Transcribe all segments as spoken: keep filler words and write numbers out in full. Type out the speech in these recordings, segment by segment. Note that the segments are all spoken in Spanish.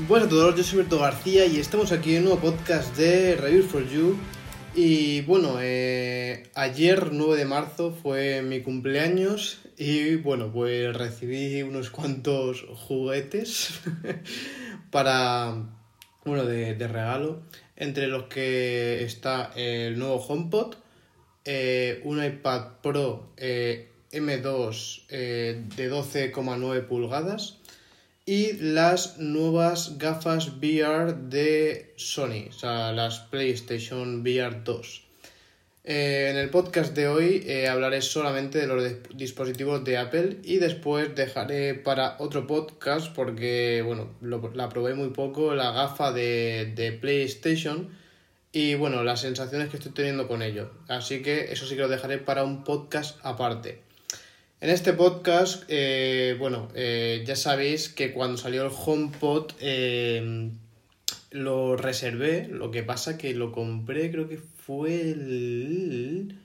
Buenas a todos, yo soy Berto García y estamos aquí en un nuevo podcast de Reviews for You. Y bueno, eh, ayer nueve de marzo fue mi cumpleaños y bueno, pues recibí unos cuantos juguetes para, bueno, de, de regalo, entre los que está el nuevo HomePod, eh, un iPad Pro eh, eme dos eh, de doce coma nueve pulgadas y las nuevas gafas V R de Sony, o sea, las PlayStation V R dos. Eh, en el podcast de hoy eh, hablaré solamente de los de- dispositivos de Apple y después dejaré para otro podcast porque, bueno, lo- la probé muy poco, la gafa de, de PlayStation y, bueno, las sensaciones que estoy teniendo con ello. Así que eso sí que lo dejaré para un podcast aparte. En este podcast, eh, bueno, eh, ya sabéis que cuando salió el HomePod eh, lo reservé, lo que pasa que lo compré, creo que fue el...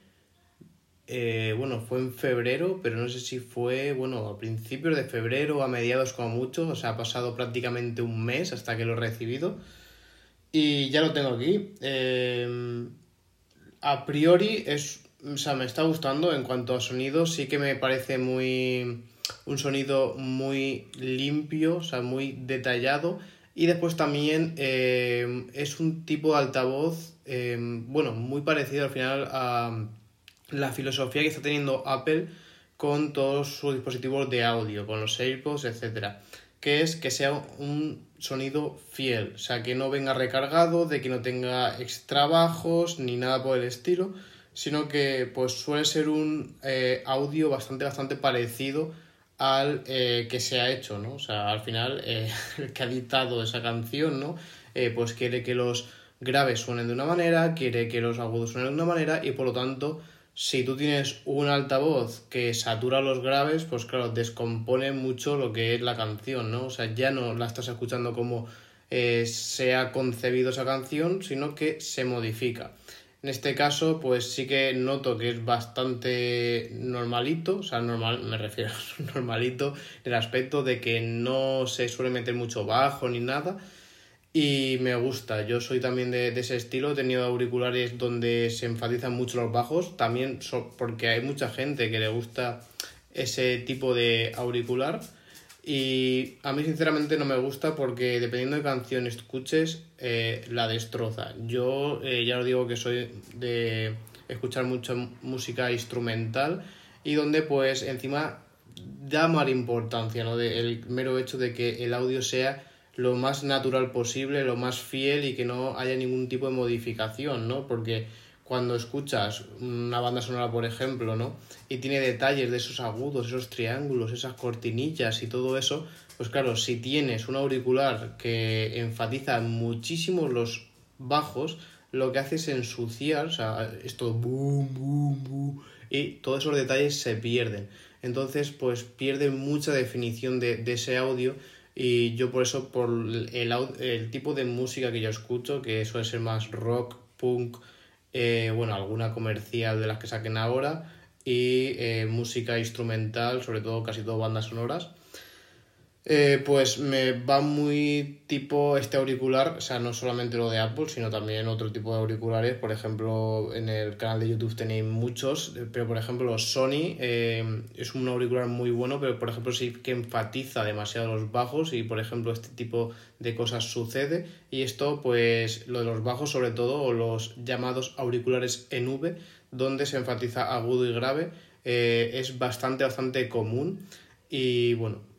eh, bueno, fue en febrero, pero no sé si fue, bueno, a principios de febrero o a mediados como mucho, o sea, ha pasado prácticamente un mes hasta que lo he recibido y ya lo tengo aquí. Eh, a priori es, o sea, me está gustando en cuanto a sonido, sí que me parece muy un sonido muy limpio, o sea, muy detallado. Y después también eh, es un tipo de altavoz, eh, bueno, muy parecido al final a la filosofía que está teniendo Apple con todos sus dispositivos de audio, con los AirPods, etcétera, que es que sea un sonido fiel, o sea, que no venga recargado, de que no tenga extra bajos ni nada por el estilo, sino que pues suele ser un eh, audio bastante bastante parecido al eh, que se ha hecho, ¿no? O sea, al final eh, el que ha dictado esa canción, ¿no? Eh, pues quiere que los graves suenen de una manera, quiere que los agudos suenen de una manera y por lo tanto, si tú tienes un altavoz que satura los graves, pues claro, descompone mucho lo que es la canción, ¿no? O sea, ya no la estás escuchando como eh, se ha concebido esa canción, sino que se modifica. En este caso, pues sí que noto que es bastante normalito, o sea, normal, me refiero a normalito, en el aspecto de que no se suele meter mucho bajo ni nada, y me gusta. Yo soy también de, de ese estilo. He tenido auriculares donde se enfatizan mucho los bajos. También so, porque hay mucha gente que le gusta ese tipo de auricular. Y a mí sinceramente no me gusta porque dependiendo de canción escuches, eh, la destroza. Yo eh, ya os digo que soy de escuchar mucha música instrumental y donde pues encima da mala importancia, ¿no? De, el mero hecho de que el audio sea lo más natural posible, lo más fiel y que no haya ningún tipo de modificación, ¿no? Porque cuando escuchas una banda sonora, por ejemplo, ¿no? Y tiene detalles de esos agudos, esos triángulos, esas cortinillas y todo eso, pues claro, si tienes un auricular que enfatiza muchísimo los bajos, lo que hace es ensuciar, o sea, esto boom, boom, boom, y todos esos detalles se pierden. Entonces, pues pierde mucha definición de, de ese audio y yo por eso, por el, el tipo de música que yo escucho, que suele ser más rock, punk, eh, bueno, alguna comercial de las que saquen ahora y eh, música instrumental, sobre todo casi todo bandas sonoras, eh, pues me va muy tipo este auricular, o sea, no solamente lo de Apple, sino también otro tipo de auriculares. Por ejemplo, en el canal de YouTube tenéis muchos, pero por ejemplo Sony eh, es un auricular muy bueno, pero por ejemplo sí que enfatiza demasiado los bajos y por ejemplo este tipo de cosas sucede. Y esto pues lo de los bajos sobre todo, o los llamados auriculares en V, donde se enfatiza agudo y grave, eh, es bastante bastante común. Y bueno,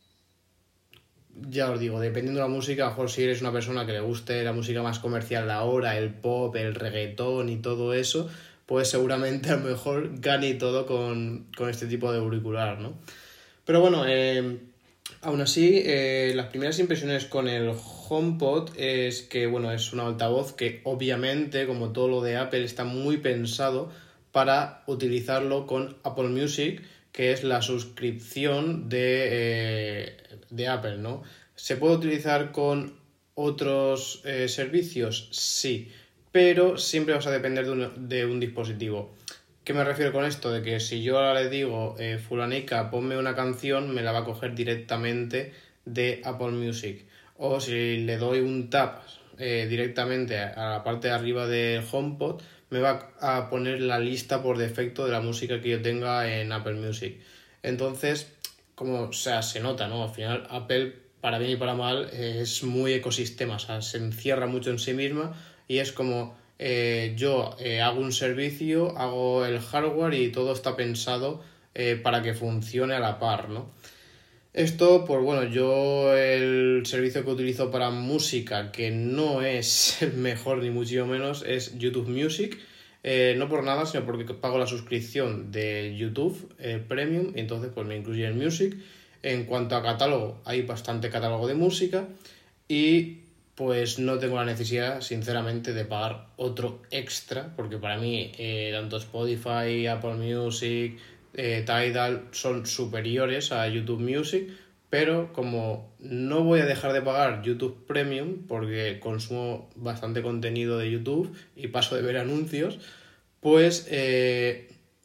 ya os digo, dependiendo de la música, a lo mejor si eres una persona que le guste la música más comercial de ahora, el pop, el reggaetón y todo eso, pues seguramente a lo mejor gane y todo con, con este tipo de auricular, ¿no? Pero bueno, eh, aún así, eh, las primeras impresiones con el HomePod es que, bueno, es un altavoz que obviamente, como todo lo de Apple, está muy pensado para utilizarlo con Apple Music, que es la suscripción de, eh, de Apple, ¿no? ¿Se puede utilizar con otros eh, servicios? Sí, pero siempre vas a depender de un, de un dispositivo. ¿Qué me refiero con esto? De que si yo ahora le digo, eh, fulanica, ponme una canción, me la va a coger directamente de Apple Music. o si le doy un tap eh, directamente a la parte de arriba del HomePod, me va a poner la lista por defecto de la música que yo tenga en Apple Music. Entonces, como, o sea, se nota, ¿no? Al final Apple, para bien y para mal, eh, es muy ecosistema, o sea, se encierra mucho en sí misma y es como eh, yo eh, hago un servicio, hago el hardware y todo está pensado eh, para que funcione a la par, ¿no? Esto, pues bueno, yo el servicio que utilizo para música, que no es el mejor ni mucho menos, es YouTube Music. Eh, no por nada, sino porque pago la suscripción de YouTube eh, Premium, y entonces pues me incluye el Music. En cuanto a catálogo, hay bastante catálogo de música y pues no tengo la necesidad, sinceramente, de pagar otro extra, porque para mí eh, tanto Spotify, Apple Music, eh, Tidal son superiores a YouTube Music, pero como no voy a dejar de pagar YouTube Premium porque consumo bastante contenido de YouTube y paso de ver anuncios, pues eh,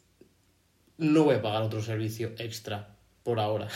no voy a pagar otro servicio extra por ahora.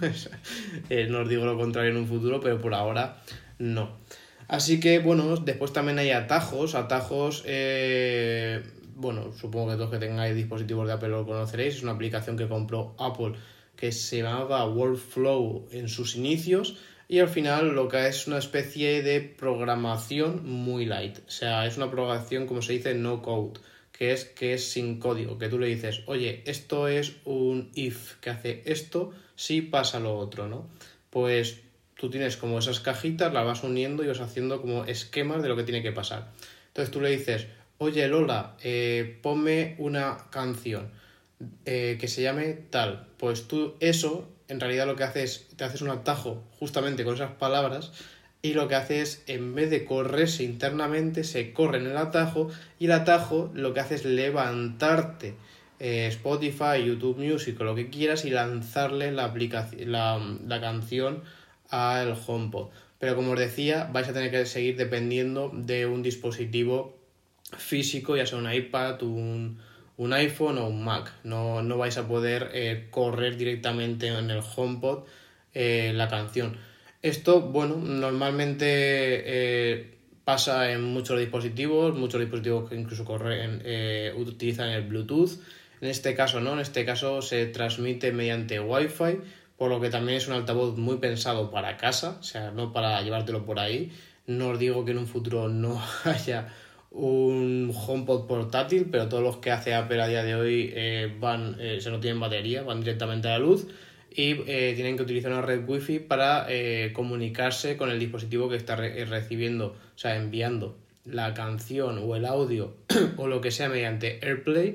eh, no os digo lo contrario en un futuro, pero por ahora no. Así que bueno, después también hay atajos, atajos, eh, bueno, supongo que todos que tengáis dispositivos de Apple lo conoceréis, es una aplicación que compró Apple que se llamaba Workflow en sus inicios y al final lo que es una especie de programación muy light, o sea, es una programación como se dice no code, que es que es sin código, que tú le dices, oye, esto es un if, que hace esto, si pasa lo otro, ¿no? Pues tú tienes como esas cajitas, las vas uniendo y vas haciendo como esquemas de lo que tiene que pasar. Entonces tú le dices, oye Lola, eh, ponme una canción eh, que se llame tal. Pues tú eso, en realidad lo que haces, te haces un atajo justamente con esas palabras y lo que hace es, en vez de correrse internamente, se corre en el atajo y el atajo lo que hace es levantarte eh, Spotify, YouTube Music o lo que quieras y lanzarle la, aplicación, la, la canción al HomePod. Pero como os decía, vais a tener que seguir dependiendo de un dispositivo físico, ya sea un iPad, un, un iPhone o un Mac. No, no vais a poder eh, correr directamente en el HomePod eh, la canción. Esto, bueno, normalmente eh, pasa en muchos dispositivos, muchos dispositivos que incluso corren, eh, utilizan el Bluetooth. En este caso no, en este caso se transmite mediante Wi-Fi, por lo que también es un altavoz muy pensado para casa, o sea, no para llevártelo por ahí. No os digo que en un futuro no haya un HomePod portátil, pero todos los que hace Apple a día de hoy eh, van, eh, se no tienen batería, van directamente a la luz y eh, tienen que utilizar una red Wi-Fi para eh, comunicarse con el dispositivo que está re- recibiendo, o sea, enviando la canción o el audio o lo que sea mediante AirPlay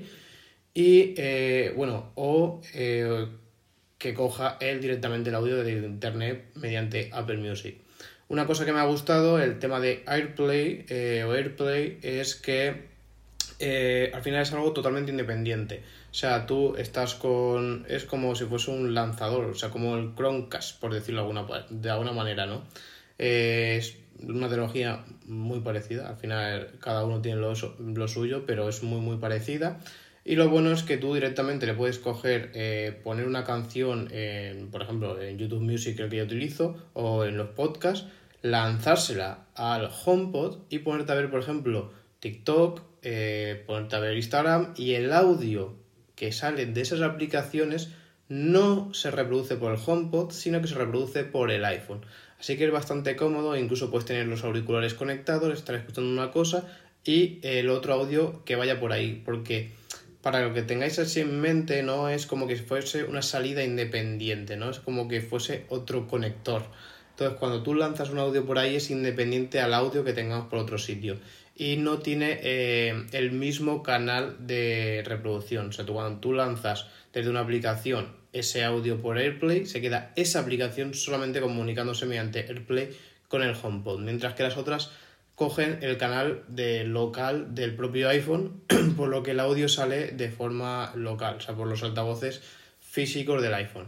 y, eh, bueno, o... Eh, que coja él directamente el audio de internet mediante Apple Music. Una cosa que me ha gustado, el tema de AirPlay eh, o AirPlay, es que eh, al final es algo totalmente independiente. O sea, tú estás con... es como si fuese un lanzador, o sea, como el Chromecast, por decirlo de alguna, de alguna manera, ¿no? Eh, es una tecnología muy parecida, al final cada uno tiene lo, lo suyo, pero es muy muy parecida. Y lo bueno es que tú directamente le puedes coger, eh, poner una canción, en, por ejemplo, en YouTube Music, el que yo utilizo, o en los podcasts, lanzársela al HomePod y ponerte a ver, por ejemplo, TikTok, eh, ponerte a ver Instagram, y el audio que sale de esas aplicaciones no se reproduce por el HomePod, sino que se reproduce por el iPhone. Así que es bastante cómodo, incluso puedes tener los auriculares conectados, estar escuchando una cosa y el otro audio que vaya por ahí, porque para lo que tengáis así en mente, no es como que fuese una salida independiente, ¿no? Es como que fuese otro conector. Entonces, cuando tú lanzas un audio por ahí, es independiente al audio que tengamos por otro sitio. Y no tiene eh, el mismo canal de reproducción. O sea, tú, cuando tú lanzas desde una aplicación ese audio por AirPlay, se queda esa aplicación solamente comunicándose mediante AirPlay con el HomePod. Mientras que las otras cogen el canal de local del propio iPhone, por lo que el audio sale de forma local, o sea, por los altavoces físicos del iPhone.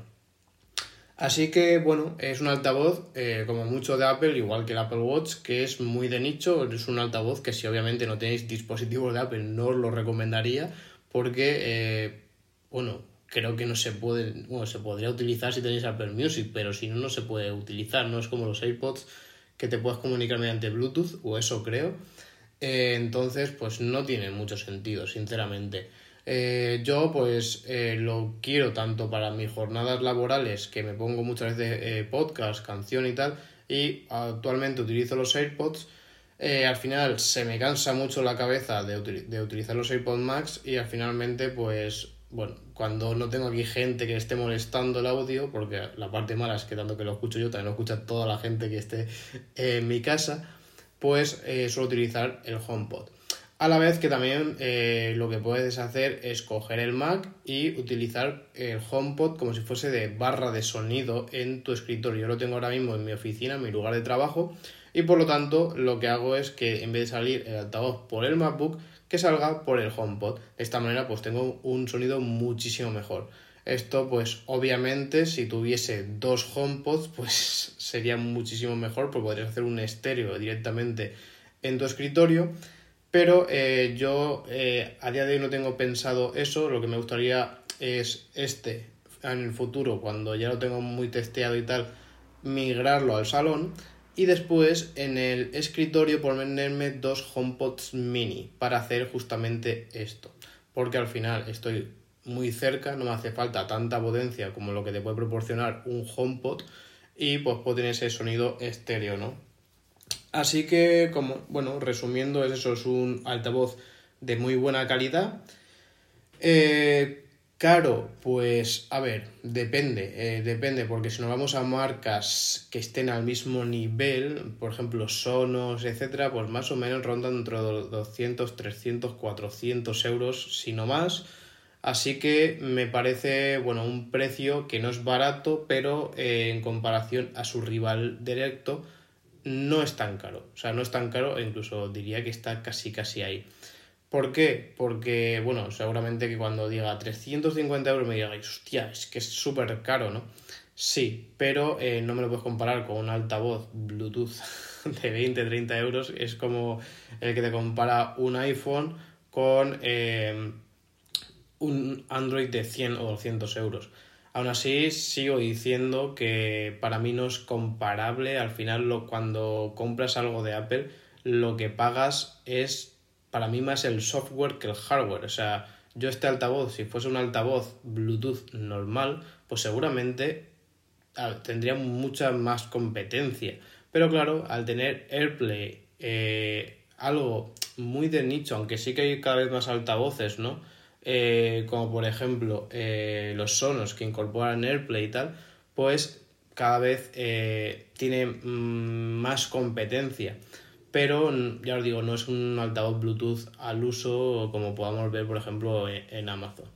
Así que, bueno, es un altavoz eh, como mucho de Apple, igual que el Apple Watch, que es muy de nicho. Es un altavoz que, si obviamente no tenéis dispositivos de Apple, no os lo recomendaría, porque, eh, bueno, creo que no se puede, bueno, se podría utilizar si tenéis Apple Music, pero si no, no se puede utilizar, no es como los AirPods, que te puedas comunicar mediante Bluetooth, o eso creo. Eh, entonces, pues no tiene mucho sentido, sinceramente. Eh, yo, pues, eh, lo quiero tanto para mis jornadas laborales, que me pongo muchas veces eh, podcast, canción y tal, y actualmente utilizo los AirPods. Eh, al final se me cansa mucho la cabeza de, util- de utilizar los AirPods Max y al finalmente, pues, bueno, cuando no tengo aquí gente que esté molestando el audio, porque la parte mala es que tanto que lo escucho yo, también lo escucha toda la gente que esté en mi casa, pues eh, suelo utilizar el HomePod. A la vez que también eh, lo que puedes hacer es coger el Mac y utilizar el HomePod como si fuese de barra de sonido en tu escritorio. Yo lo tengo ahora mismo en mi oficina, en mi lugar de trabajo, y por lo tanto lo que hago es que en vez de salir el altavoz por el MacBook, que salga por el HomePod. De esta manera pues tengo un sonido muchísimo mejor. Esto pues obviamente si tuviese dos HomePods pues sería muchísimo mejor porque podrías hacer un estéreo directamente en tu escritorio. Pero eh, yo eh, a día de hoy no tengo pensado eso. Lo que me gustaría es este, en el futuro, cuando ya lo tengo muy testeado y tal, migrarlo al salón y después en el escritorio ponerme dos HomePods mini para hacer justamente esto. Porque al final estoy muy cerca, no me hace falta tanta potencia como lo que te puede proporcionar un HomePod y pues puedo tener ese sonido estéreo, ¿no? Así que, como, bueno, resumiendo, es eso, es un altavoz de muy buena calidad. Eh, caro, pues, a ver, depende, eh, depende, porque si nos vamos a marcas que estén al mismo nivel, por ejemplo, Sonos, etcétera, pues más o menos rondan entre doscientos, trescientos, cuatrocientos euros, si no más. Así que me parece, bueno, un precio que no es barato, pero eh, en comparación a su rival directo, no es tan caro. O sea, no es tan caro e incluso diría que está casi casi ahí. ¿Por qué? Porque, bueno, seguramente que cuando diga trescientos cincuenta euros me digáis, hostia, es que es súper caro, ¿no? Sí, pero eh, no me lo puedes comparar con un altavoz Bluetooth de veinte treinta euros. Es como el que te compara un iPhone con eh, un Android de cien o doscientos euros. Aún así, sigo diciendo que para mí no es comparable. Al final, lo, cuando compras algo de Apple, lo que pagas es, para mí, más el software que el hardware. O sea, yo este altavoz, si fuese un altavoz Bluetooth normal, pues seguramente tendría mucha más competencia. Pero claro, al tener AirPlay, eh, algo muy de nicho, aunque sí que hay cada vez más altavoces, ¿no? Eh, como por ejemplo eh, los Sonos que incorporan AirPlay y tal, pues cada vez eh, tiene mmm, más competencia. Pero ya os digo, no es un altavoz Bluetooth al uso como podamos ver por ejemplo en, en Amazon.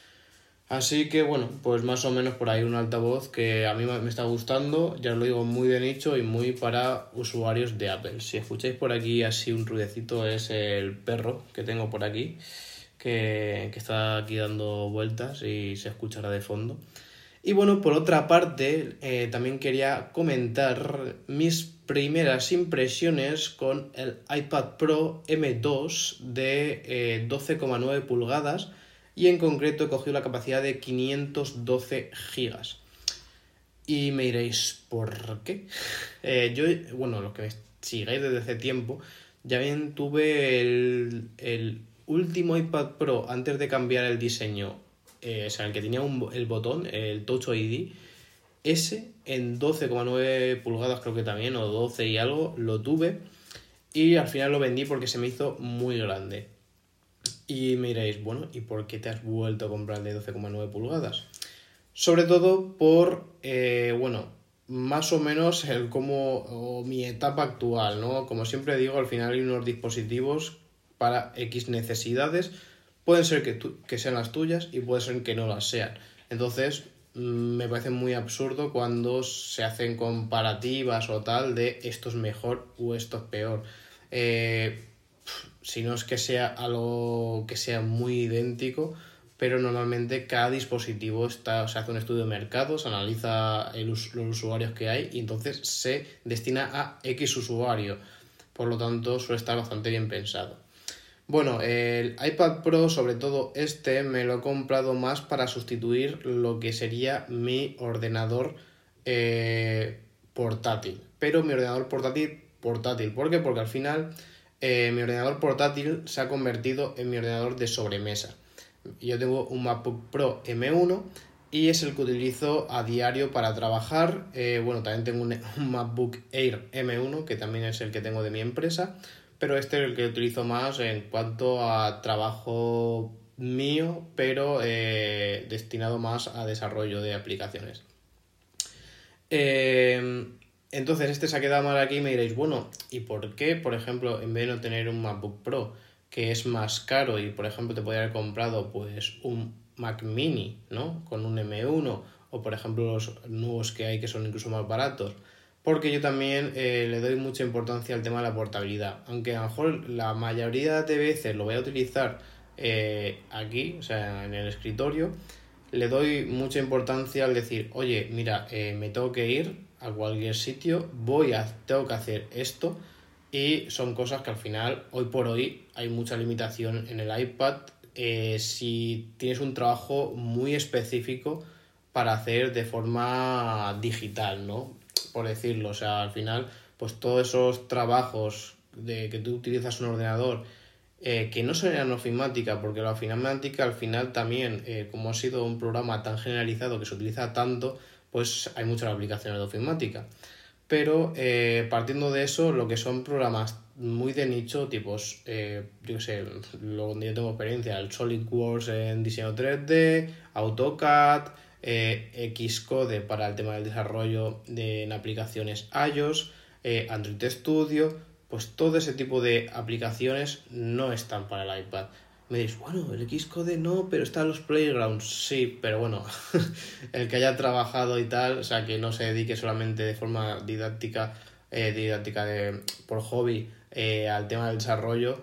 Así que bueno, pues más o menos por ahí un altavoz que a mí me está gustando, ya os lo digo, muy de nicho y muy para usuarios de Apple. Si escucháis por aquí así un ruidecito es el perro que tengo por aquí, que, que está aquí dando vueltas y se escuchará de fondo. Y bueno, por otra parte, eh, también quería comentar mis primeras impresiones con el iPad Pro M dos de eh, doce coma nueve pulgadas y en concreto he cogido la capacidad de quinientos doce gigas. Y me diréis, ¿por qué? Eh, yo, bueno, los que me sigáis desde hace tiempo, ya bien tuve el, el último iPad Pro antes de cambiar el diseño, eh, o sea, el que tenía un, el botón, el Touch I D, ese en doce coma nueve pulgadas creo que también, o doce y algo, lo tuve y al final lo vendí porque se me hizo muy grande. Y me diréis, bueno, ¿y por qué te has vuelto a comprar el de doce coma nueve pulgadas? Sobre todo por, eh, bueno, más o menos el cómo, o mi etapa actual, ¿no? Como siempre digo, al final hay unos dispositivos para X necesidades. Pueden ser que, tu, que sean las tuyas y puede ser que no las sean. Entonces, me parece muy absurdo cuando se hacen comparativas o tal de esto es mejor o esto es peor. Eh, si no es que sea algo que sea muy idéntico, pero normalmente cada dispositivo está, se hace un estudio de mercado, se analiza el, los usuarios que hay y entonces se destina a X usuario. Por lo tanto, suele estar bastante bien pensado. Bueno, el iPad Pro, sobre todo este, me lo he comprado más para sustituir lo que sería mi ordenador eh, portátil. pero mi ordenador portátil, portátil. ¿Por qué? Porque al final eh, mi ordenador portátil se ha convertido en mi ordenador de sobremesa. Yo tengo un MacBook Pro eme uno y es el que utilizo a diario para trabajar. Eh, bueno, también tengo un, un MacBook Air eme uno, que también es el que tengo de mi empresa, pero este es el que utilizo más en cuanto a trabajo mío, pero eh, destinado más a desarrollo de aplicaciones. Eh, entonces este se ha quedado mal aquí y me diréis, bueno, ¿y por qué, por ejemplo, en vez de no tener un MacBook Pro, que es más caro y, por ejemplo, te podría haber comprado pues un Mac Mini, ¿no? Con un eme uno, o por ejemplo los nuevos que hay que son incluso más baratos? Porque yo también eh, le doy mucha importancia al tema de la portabilidad, aunque a lo mejor la mayoría de veces lo voy a utilizar eh, aquí, o sea, en el escritorio. Le doy mucha importancia al decir, oye, mira, eh, me tengo que ir a cualquier sitio, voy a, tengo que hacer esto, y son cosas que al final, hoy por hoy, hay mucha limitación en el iPad eh, si tienes un trabajo muy específico para hacer de forma digital, ¿no? Por decirlo, o sea, al final, pues todos esos trabajos de que tú utilizas un ordenador eh, que no son en ofimática, porque la ofimática al final también, eh, como ha sido un programa tan generalizado que se utiliza tanto, pues hay muchas aplicaciones de ofimática. Pero eh, partiendo de eso, lo que son programas muy de nicho, tipos, eh, yo qué sé, lo donde yo tengo experiencia, el SolidWorks en diseño tres D, AutoCAD, eh, Xcode para el tema del desarrollo de en aplicaciones iOS, eh, Android Studio, pues todo ese tipo de aplicaciones no están para el iPad. Me dices, bueno, el Xcode no, pero están los Playgrounds. Sí, pero bueno, el que haya trabajado y tal, o sea, que no se dedique solamente de forma didáctica, eh, didáctica de, por hobby, eh, al tema del desarrollo,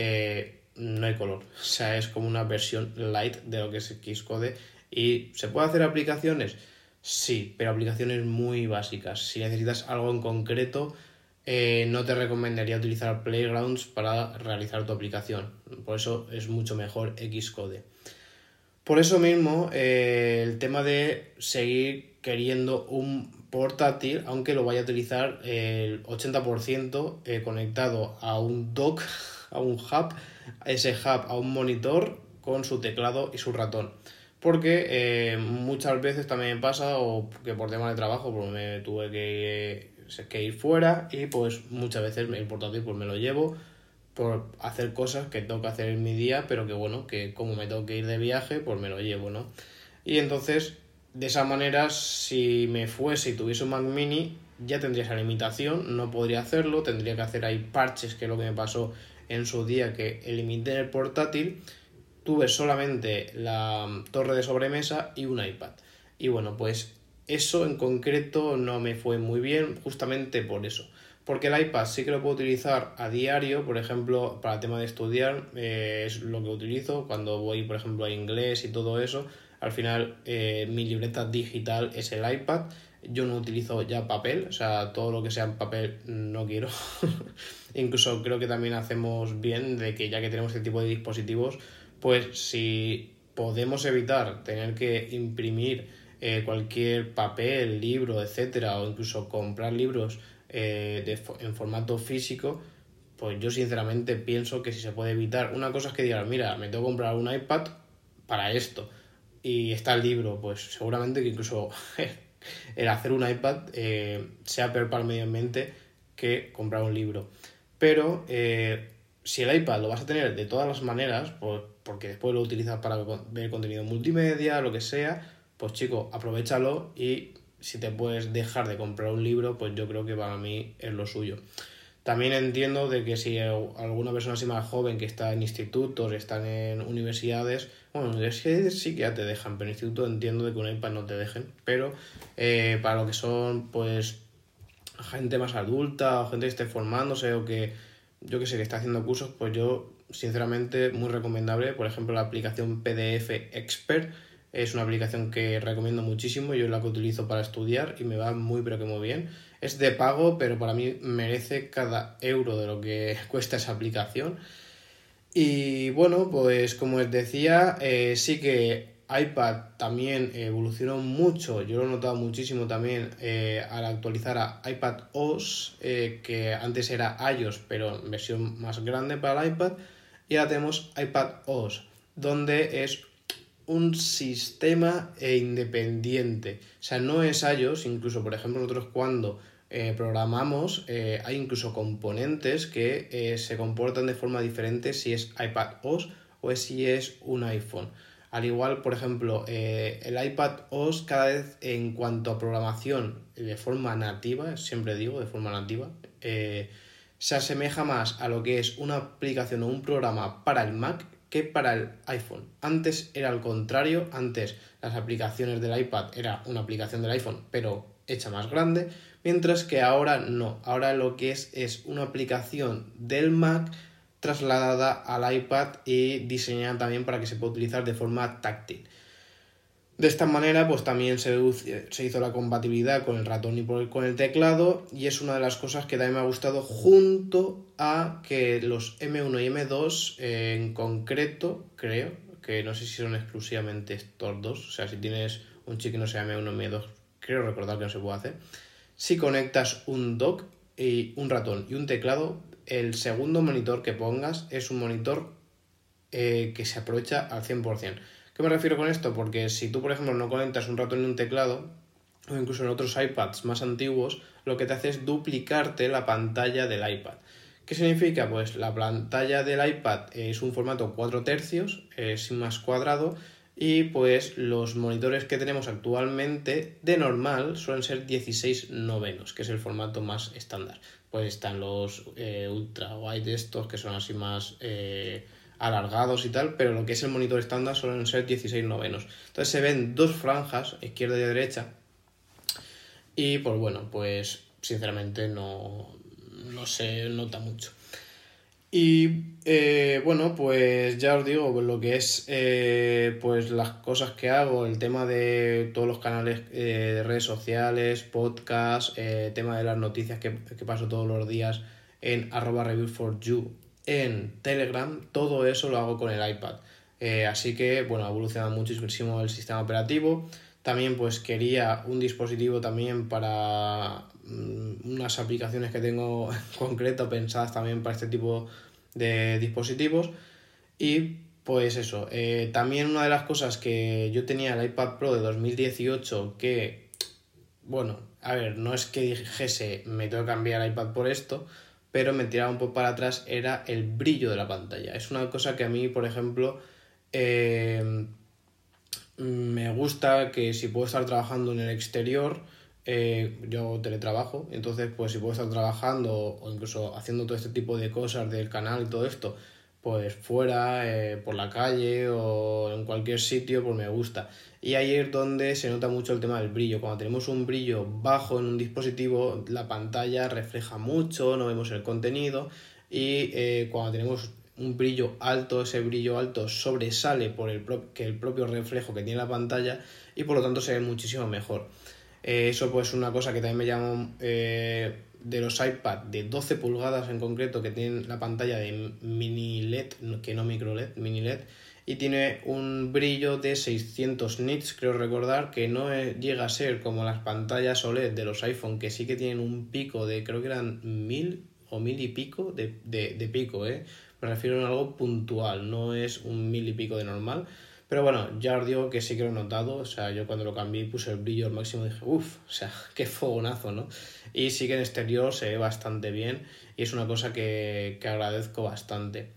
eh, no hay color. O sea, es como una versión light de lo que es Xcode. ¿Y se puede hacer aplicaciones? Sí, pero aplicaciones muy básicas. Si necesitas algo en concreto, eh, no te recomendaría utilizar Playgrounds para realizar tu aplicación. Por eso es mucho mejor Xcode. Por eso mismo, eh, el tema de seguir queriendo un portátil, aunque lo vaya a utilizar el ochenta por ciento eh, conectado a un dock, a un hub, ese hub a un monitor con su teclado y su ratón. Porque eh, muchas veces también me pasa, o que por temas de trabajo pues me tuve que, que ir fuera, y pues muchas veces el portátil pues me lo llevo por hacer cosas que tengo que hacer en mi día, pero que bueno, que como me tengo que ir de viaje, pues me lo llevo, ¿no? Y entonces, de esa manera, si me fuese y tuviese un Mac Mini, ya tendría esa limitación, no podría hacerlo, tendría que hacer ahí parches, que es lo que me pasó en su día, que eliminé el portátil, tuve solamente la torre de sobremesa y un iPad. Y bueno, pues eso en concreto no me fue muy bien, justamente por eso. Porque el iPad sí que lo puedo utilizar a diario, por ejemplo, para el tema de estudiar, eh, es lo que utilizo cuando voy, por ejemplo, a inglés y todo eso. Al final, eh, mi libreta digital es el iPad. Yo no utilizo ya papel, o sea, todo lo que sea en papel no quiero. Incluso creo que también hacemos bien de que ya que tenemos este tipo de dispositivos, pues si podemos evitar tener que imprimir eh, cualquier papel, libro, etcétera, o incluso comprar libros eh, de, en formato físico, pues yo sinceramente pienso que si se puede evitar. Una cosa es que digas, mira, me tengo que comprar un iPad para esto y está el libro, pues seguramente que incluso el hacer un iPad eh, sea peor para el medio ambiente que comprar un libro. Pero eh, si el iPad lo vas a tener de todas las maneras, pues, porque después lo utilizas para ver contenido multimedia, lo que sea, pues chico, aprovéchalo, y si te puedes dejar de comprar un libro, pues yo creo que para mí es lo suyo. También entiendo de que si alguna persona así más joven que está en institutos, están en universidades, bueno, en universidades sí que ya te dejan, pero en instituto entiendo de que un iPad no te dejen, pero eh, para lo que son pues gente más adulta o gente que esté formándose o que yo que sé que está haciendo cursos, pues yo sinceramente muy recomendable. Por ejemplo, la aplicación P D F Expert es una aplicación que recomiendo muchísimo, yo es la que utilizo para estudiar y me va muy pero que muy bien. Es de pago, pero para mí merece cada euro de lo que cuesta esa aplicación. Y bueno, pues como os decía, eh, sí que iPad también evolucionó mucho, yo lo he notado muchísimo también eh, al actualizar a iPadOS, eh, que antes era iOS, pero en versión más grande para el iPad, y ahora tenemos iPadOS, donde es un sistema eh, independiente. O sea, no es iOS, incluso, por ejemplo, nosotros cuando eh, programamos, eh, hay incluso componentes que eh, se comportan de forma diferente si es iPadOS o es si es un iPhone. Al igual, por ejemplo, eh, el iPadOS cada vez en cuanto a programación de forma nativa, siempre digo de forma nativa, eh, se asemeja más a lo que es una aplicación o un programa para el Mac que para el iPhone. Antes era al contrario, antes las aplicaciones del iPad era una aplicación del iPhone, pero hecha más grande, mientras que ahora no, ahora lo que es es una aplicación del Mac trasladada al iPad y diseñada también para que se pueda utilizar de forma táctil. De esta manera, pues también se, se hizo la compatibilidad con el ratón y con el teclado, y es una de las cosas que también me ha gustado, junto a que los eme uno y eme dos eh, en concreto, creo, que no sé si son exclusivamente estos dos, o sea, si tienes un chip que no sea eme uno y eme dos, creo recordar que no se puede hacer. Si conectas un dock y un ratón y un teclado, el segundo monitor que pongas es un monitor eh, que se aprovecha al cien por ciento. ¿Qué me refiero con esto? Porque si tú, por ejemplo, no conectas un ratón y un teclado, o incluso en otros iPads más antiguos, lo que te hace es duplicarte la pantalla del iPad. ¿Qué significa? Pues la pantalla del iPad es un formato cuatro tercios, es más cuadrado, y pues los monitores que tenemos actualmente de normal suelen ser dieciséis novenos, que es el formato más estándar. Pues están los eh, ultra wide estos que son así más eh, alargados y tal, pero lo que es el monitor estándar suelen ser dieciséis novenos. Entonces se ven dos franjas, izquierda y derecha, y pues bueno, pues sinceramente no, no se nota mucho. Y eh, bueno, pues ya os digo, lo que es eh, pues las cosas que hago, el tema de todos los canales eh, de redes sociales, podcast, eh, tema de las noticias que, que paso todos los días en arroba review for you en Telegram, todo eso lo hago con el iPad. Eh, así que bueno, ha evolucionado muchísimo el sistema operativo. También pues quería un dispositivo también para unas aplicaciones que tengo en concreto pensadas también para este tipo de dispositivos. Y pues eso, eh, también una de las cosas que yo tenía el iPad Pro de dos mil dieciocho, que bueno, a ver, no es que dijese me tengo que cambiar el iPad por esto, pero me tiraba un poco para atrás, era el brillo de la pantalla. Es una cosa que a mí, por ejemplo, eh, me gusta, que si puedo estar trabajando en el exterior, eh, yo teletrabajo, entonces pues si puedo estar trabajando o incluso haciendo todo este tipo de cosas del canal y todo esto, pues fuera, eh, por la calle o en cualquier sitio, pues me gusta. Y ahí es donde se nota mucho el tema del brillo. Cuando tenemos un brillo bajo en un dispositivo, la pantalla refleja mucho, no vemos el contenido, y eh, cuando tenemos un brillo alto, ese brillo alto sobresale por el pro- que el propio reflejo que tiene la pantalla, y por lo tanto se ve muchísimo mejor. Eh, eso pues es una cosa que también me llama eh, de los iPad de doce pulgadas en concreto, que tienen la pantalla de mini L E D, que no micro L E D, mini L E D, y tiene un brillo de seiscientos nits, creo recordar, que no es, llega a ser como las pantallas O L E D de los iPhone, que sí que tienen un pico de, creo que eran mil o mil y pico de, de, de pico, ¿eh? Me refiero a algo puntual, no es un mil y pico de normal. Pero bueno, ya os digo que sí que lo he notado. O sea, yo cuando lo cambié y puse el brillo al máximo dije, uff, o sea, qué fogonazo, ¿no? Y sí que en exterior se ve bastante bien y es una cosa que, que agradezco bastante.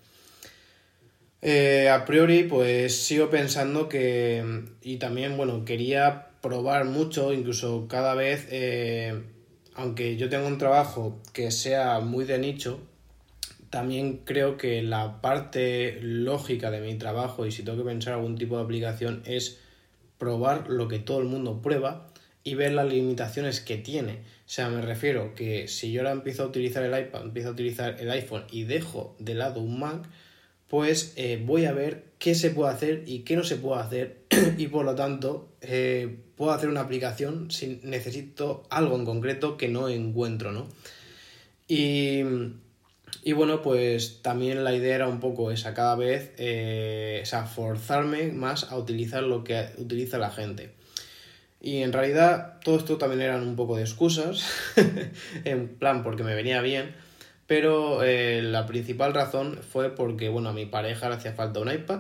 Eh, a priori, pues sigo pensando que, y también, bueno, quería probar mucho, incluso cada vez, eh, aunque yo tengo un trabajo que sea muy de nicho, también creo que la parte lógica de mi trabajo, y si tengo que pensar algún tipo de aplicación, es probar lo que todo el mundo prueba y ver las limitaciones que tiene. O sea, me refiero que si yo ahora empiezo a utilizar el iPad, empiezo a utilizar el iPhone y dejo de lado un Mac, pues eh, voy a ver qué se puede hacer y qué no se puede hacer, y por lo tanto eh, puedo hacer una aplicación si necesito algo en concreto que no encuentro, ¿no? Y Y bueno, pues también la idea era un poco esa, cada vez, eh, o sea, forzarme más a utilizar lo que utiliza la gente. Y en realidad todo esto también eran un poco de excusas, en plan porque me venía bien, pero eh, la principal razón fue porque, bueno, a mi pareja le hacía falta un iPad,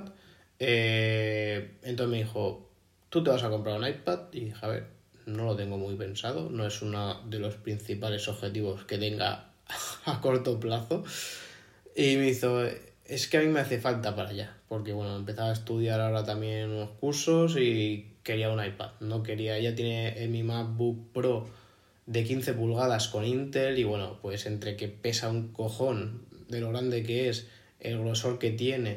eh, entonces me dijo, ¿tú te vas a comprar un iPad? Y dije, a ver, no lo tengo muy pensado, no es uno de los principales objetivos que tenga a corto plazo. Y me hizo, es que a mí me hace falta para allá, porque bueno, empezaba a estudiar ahora también unos cursos y quería un iPad, no quería, ella tiene en mi MacBook Pro de quince pulgadas con Intel y bueno, pues entre que pesa un cojón de lo grande que es, el grosor que tiene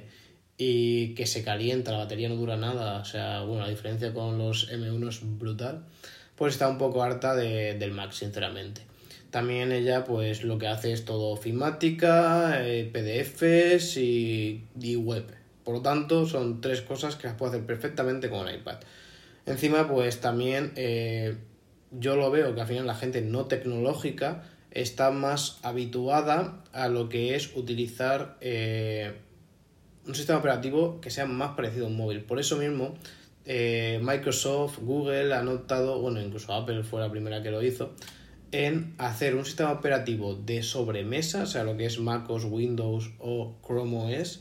y que se calienta, la batería no dura nada, o sea, bueno, la diferencia con los M uno es brutal, pues está un poco harta de, del Mac, sinceramente. También ella pues lo que hace es todo ofimática, eh, P D Fs y, y web. Por lo tanto, son tres cosas que las puedo hacer perfectamente con un iPad. Encima, pues también eh, yo lo veo que al final la gente no tecnológica está más habituada a lo que es utilizar eh, un sistema operativo que sea más parecido a un móvil. Por eso mismo, eh, Microsoft, Google ha notado, bueno, incluso Apple fue la primera que lo hizo, en hacer un sistema operativo de sobremesa, o sea, lo que es MacOS, Windows o Chrome O S,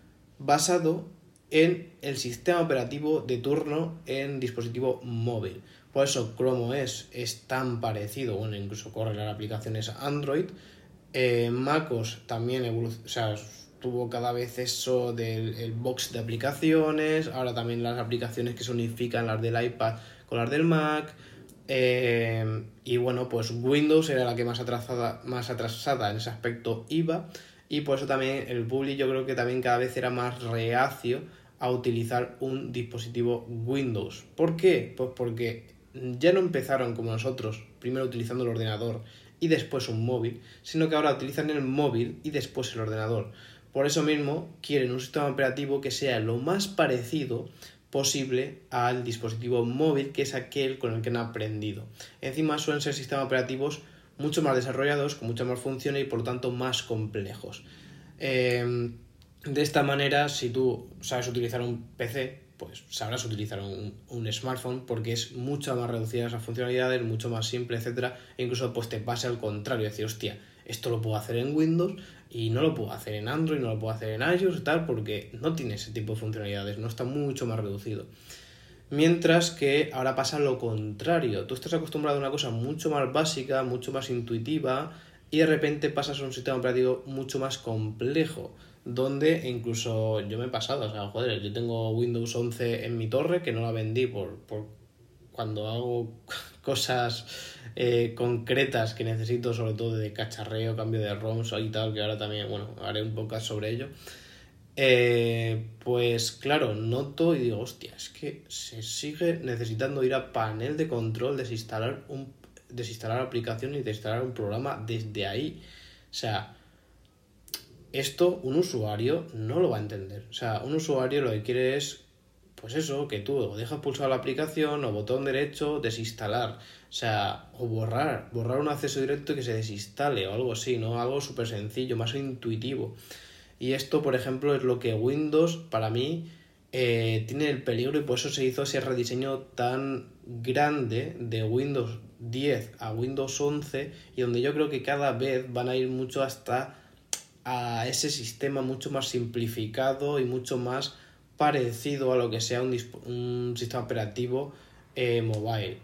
basado en el sistema operativo de turno en dispositivo móvil. Por eso Chrome O S es tan parecido, bueno, incluso corre las aplicaciones Android. Eh, MacOS también evolucionó, o sea, tuvo cada vez eso del el box de aplicaciones, ahora también las aplicaciones que se unifican, las del iPad con las del Mac. Eh, y bueno, pues Windows era la que más atrasada, más atrasada en ese aspecto iba, y por eso también el público yo creo que también cada vez era más reacio a utilizar un dispositivo Windows. ¿Por qué? Pues porque ya no empezaron como nosotros, primero utilizando el ordenador y después un móvil, sino que ahora utilizan el móvil y después el ordenador. Por eso mismo quieren un sistema operativo que sea lo más parecido posible al dispositivo móvil, que es aquel con el que han aprendido. Encima suelen ser sistemas operativos mucho más desarrollados, con muchas más funciones y por lo tanto más complejos. Eh, de esta manera, si tú sabes utilizar un P C, pues sabrás utilizar un, un smartphone, porque es mucho más reducida esas funcionalidades, mucho más simple, etcétera. E incluso pues te pase al contrario, decir, hostia, esto lo puedo hacer en Windows y no lo puedo hacer en Android, no lo puedo hacer en iOS y tal, porque no tiene ese tipo de funcionalidades, no está mucho más reducido. Mientras que ahora pasa lo contrario, tú estás acostumbrado a una cosa mucho más básica, mucho más intuitiva, y de repente pasas a un sistema operativo mucho más complejo, donde incluso yo me he pasado, o sea, joder, yo tengo Windows once en mi torre, que no la vendí por, por cuando hago cosas eh, concretas que necesito, sobre todo de cacharreo, cambio de ROMs y tal, que ahora también, bueno, haré un podcast sobre ello. Eh, pues claro, noto y digo, hostia, es que se sigue necesitando ir a panel de control, desinstalar un desinstalar la aplicación y desinstalar un programa desde ahí. O sea, esto un usuario no lo va a entender. O sea, un usuario lo que quiere es, pues eso, que tú o dejas pulsar la aplicación o botón derecho, desinstalar. O sea, o borrar, borrar un acceso directo y que se desinstale o algo así, ¿no? Algo súper sencillo, más intuitivo. Y esto, por ejemplo, es lo que Windows, para mí, eh, tiene el peligro, y por eso se hizo ese rediseño tan grande de Windows diez a Windows once, y donde yo creo que cada vez van a ir mucho hasta a ese sistema mucho más simplificado y mucho más parecido a lo que sea un, disp- un sistema operativo eh, mobile.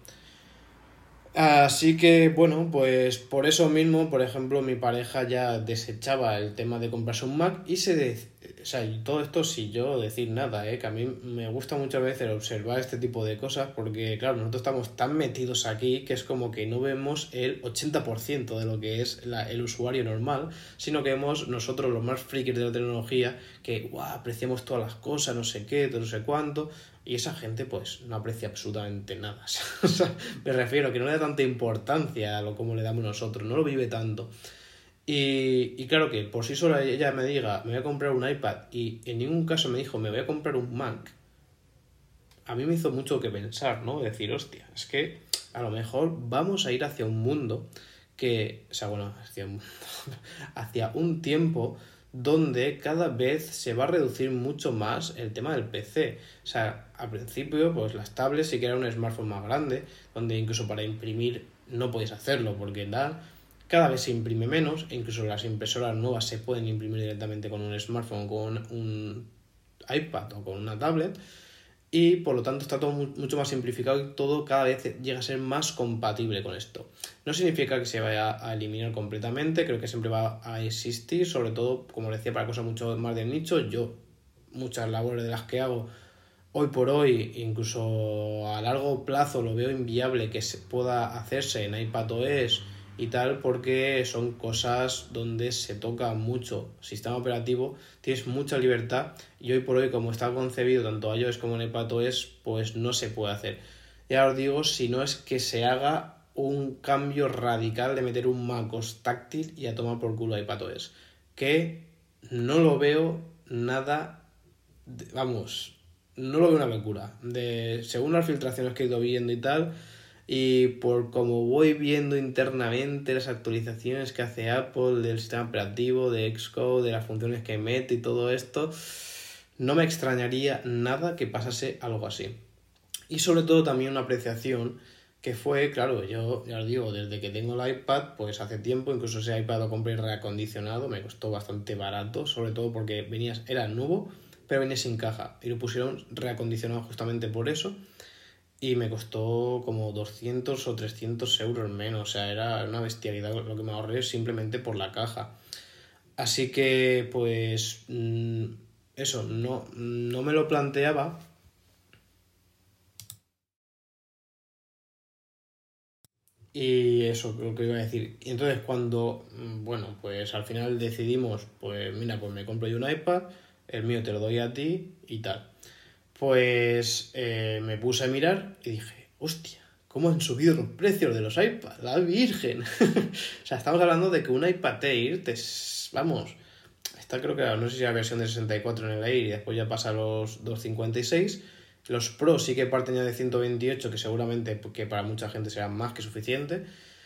Así que bueno, pues por eso mismo, por ejemplo, mi pareja ya desechaba el tema de comprarse un Mac y se... De... O sea, y todo esto sin yo decir nada, ¿eh? Que a mí me gusta muchas veces observar este tipo de cosas porque, claro, nosotros estamos tan metidos aquí que es como que no vemos el ochenta por ciento de lo que es la, el usuario normal, sino que vemos nosotros los más frikis de la tecnología que, guau, apreciamos todas las cosas, no sé qué, no sé cuánto... Y esa gente pues no aprecia absolutamente nada. O sea, me refiero que no le da tanta importancia a lo como le damos nosotros, no lo vive tanto. Y, y claro que por sí sola ella me diga, me voy a comprar un iPad, y en ningún caso me dijo, me voy a comprar un Mac, a mí me hizo mucho que pensar, ¿no? Decir, hostia, es que a lo mejor vamos a ir hacia un mundo que, o sea, bueno, hacia un, hacia un tiempo donde cada vez se va a reducir mucho más el tema del P C. O sea, al principio, pues las tablets sí que era un smartphone más grande, donde incluso para imprimir no podéis hacerlo, porque da, cada vez se imprime menos, e incluso las impresoras nuevas se pueden imprimir directamente con un smartphone, con un iPad o con una tablet, y por lo tanto está todo mucho más simplificado y todo cada vez llega a ser más compatible con esto. No significa que se vaya a eliminar completamente, creo que siempre va a existir, sobre todo, como decía, para cosas mucho más de nicho. Yo, muchas labores de las que hago hoy por hoy, incluso a largo plazo, lo veo inviable que se pueda hacerse en iPadOS y tal, porque son cosas donde se toca mucho sistema operativo, tienes mucha libertad, y hoy por hoy, como está concebido tanto iOS como en iPadOS, pues no se puede hacer. Ya os digo, si no es que se haga un cambio radical de meter un MacOS táctil y a tomar por culo iPadOS, que no lo veo nada, de, vamos, no lo veo una locura. De, según las filtraciones que he ido viendo y tal, y por como voy viendo internamente las actualizaciones que hace Apple del sistema operativo, de Xcode, de las funciones que mete y todo esto, no me extrañaría nada que pasase algo así. Y sobre todo también una apreciación que fue, claro, yo ya os digo, desde que tengo el iPad, pues hace tiempo, incluso ese iPad lo compré reacondicionado, me costó bastante barato, sobre todo porque venía, era nuevo, pero venía sin caja, y lo pusieron reacondicionado justamente por eso, y me costó como doscientos o trescientos euros menos, o sea, era una bestialidad lo que me ahorré simplemente por la caja. Así que, pues, eso, no, no me lo planteaba. Y eso creo que iba a decir. Y entonces cuando, bueno, pues al final decidimos, pues mira, pues me compro yo un iPad, el mío te lo doy a ti y tal. Pues eh, me puse a mirar y dije, hostia, ¿cómo han subido los precios de los iPads? La Virgen. O sea, estamos hablando de que un iPad Air, te, vamos, está creo que, no sé si la versión de sesenta y cuatro en el Air y después ya pasa a los doscientos cincuenta y seis. Los Pro sí que parten ya de ciento veintiocho, que seguramente que para mucha gente será más que suficiente.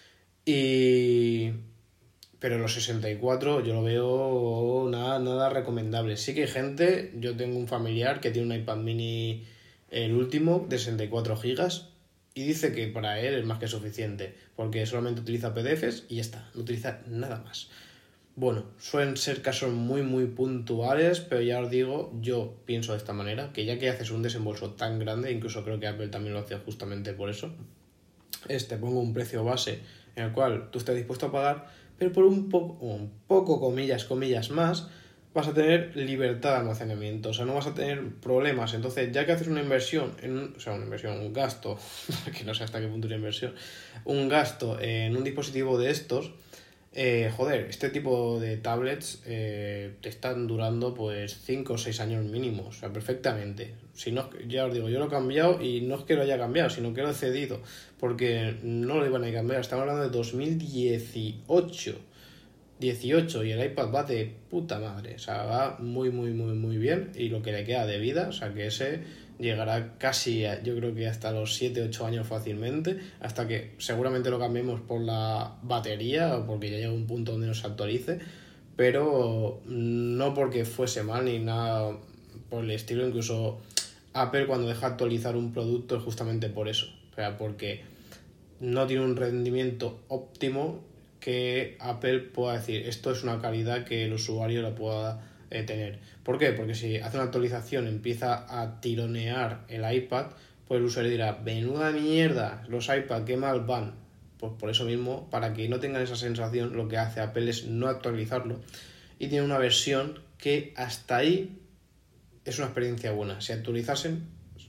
Y... pero los sesenta y cuatro yo lo veo nada, nada recomendable. Sí que hay gente, yo tengo un familiar que tiene un iPad mini, el último, de sesenta y cuatro gigas, y dice que para él es más que suficiente, porque solamente utiliza P D Efes y ya está, no utiliza nada más. Bueno, suelen ser casos muy muy puntuales, pero ya os digo, yo pienso de esta manera, que ya que haces un desembolso tan grande, incluso creo que Apple también lo hace justamente por eso, es te pongo un precio base en el cual tú estés dispuesto a pagar, pero por un poco, un poco comillas, comillas más, vas a tener libertad de almacenamiento, o sea, no vas a tener problemas. Entonces, ya que haces una inversión, en un, o sea, una inversión, un gasto, que no sé hasta qué punto es una inversión, un gasto en un dispositivo de estos, eh, joder, este tipo de tablets eh, te están durando pues cinco o seis años mínimos, o sea, perfectamente. Si no, ya os digo, yo lo he cambiado y no es que lo haya cambiado, sino que lo he cedido, porque no lo iban a cambiar. Estamos hablando de dos mil dieciocho, dieciocho, y el iPad va de puta madre, o sea, va muy, muy, muy, muy bien, y lo que le queda de vida, o sea, que ese llegará casi, a, yo creo que hasta los siete ocho años fácilmente, hasta que seguramente lo cambiemos por la batería o porque ya llega un punto donde no se actualice, pero no porque fuese mal ni nada por el estilo. Incluso Apple, cuando deja actualizar un producto, es justamente por eso, o sea, porque no tiene un rendimiento óptimo que Apple pueda decir esto es una calidad que el usuario la pueda eh, tener. ¿Por qué? Porque si hace una actualización, empieza a tironear el iPad, pues el usuario dirá, menuda mierda, los iPad, qué mal van. Pues por eso mismo, para que no tengan esa sensación, lo que hace Apple es no actualizarlo, y tiene una versión que hasta ahí es una experiencia buena. Si actualizasen,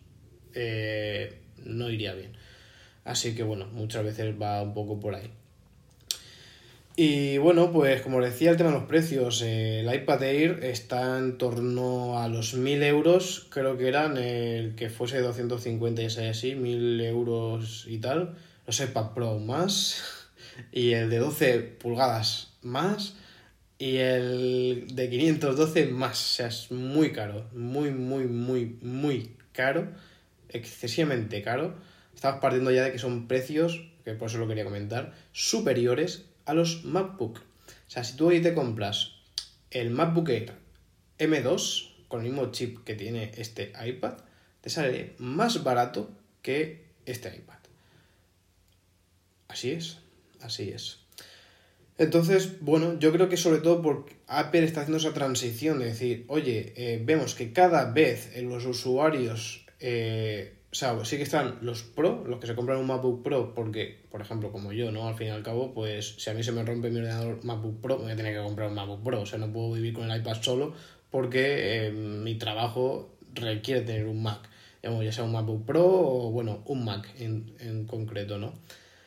eh, no iría bien. Así que bueno, muchas veces va un poco por ahí. Y bueno, pues como os decía, el tema de los precios, eh, el iPad Air está en torno a los mil euros, creo que eran el que fuese doscientos cincuenta y seis así, mil euros y tal, los iPad Pro más, y el de doce pulgadas más, y el de quinientos doce más, o sea, es muy caro, muy, muy, muy, muy caro, excesivamente caro. Estamos partiendo ya de que son precios, que por eso lo quería comentar, superiores a los MacBook. O sea, si tú hoy te compras el MacBook Air eme dos con el mismo chip que tiene este iPad, te sale más barato que este iPad. Así es, así es. Entonces, bueno, yo creo que sobre todo porque Apple está haciendo esa transición de decir, oye, eh, vemos que cada vez los usuarios, eh, o sea, sí que están los Pro, los que se compran un MacBook Pro, porque, por ejemplo, como yo, ¿no? Al fin y al cabo, pues si a mí se me rompe mi ordenador MacBook Pro, me voy a tener que comprar un MacBook Pro, o sea, no puedo vivir con el iPad solo porque eh, mi trabajo requiere tener un Mac, ya sea un MacBook Pro o, bueno, un Mac en, en concreto, ¿no?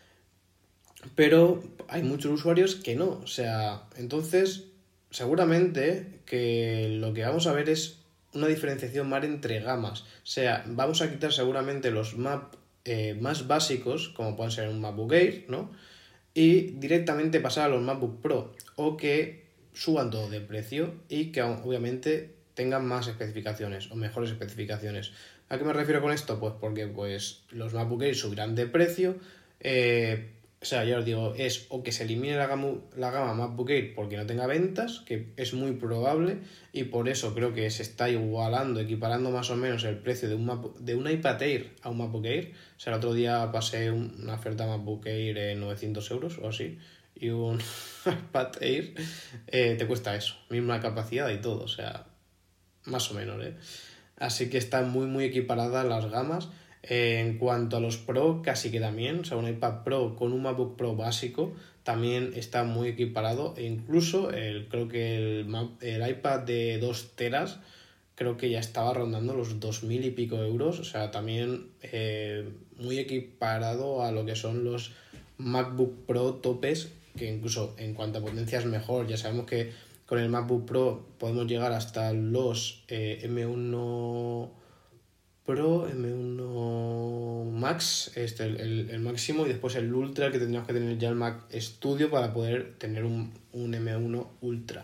Pero hay muchos usuarios que no, o sea, entonces seguramente que lo que vamos a ver es una diferenciación más entre gamas, o sea, vamos a quitar seguramente los Mac eh, más básicos, como pueden ser un MacBook Air, ¿no? Y directamente pasar a los MacBook Pro, o que suban todo de precio y que obviamente tengan más especificaciones o mejores especificaciones. ¿A qué me refiero con esto? Pues porque pues, los MacBook Air subirán de precio, eh, o sea, ya os digo, es o que se elimine la gama, la gama MacBook Air porque no tenga ventas, que es muy probable, y por eso creo que se está igualando, equiparando más o menos el precio de un, Mac, de un iPad Air a un MacBook Air. O sea, el otro día pasé una oferta MacBook Air en novecientos euros o así, y un iPad Air eh, te cuesta eso, misma capacidad y todo, o sea, más o menos, ¿eh? Así que están muy, muy equiparadas las gamas. Eh, en cuanto a los Pro, casi que también, o sea, un iPad Pro con un MacBook Pro básico también está muy equiparado, e incluso el, creo que el, el iPad de dos teras creo que ya estaba rondando los dos mil y pico euros, o sea, también eh, muy equiparado a lo que son los MacBook Pro topes, que incluso en cuanto a potencia es mejor. Ya sabemos que con el MacBook Pro podemos llegar hasta los eh, eme uno Pro, eme uno Max, este, el, el, el máximo, y después el Ultra, que tendríamos que tener ya el Mac Studio para poder tener un, un eme uno Ultra.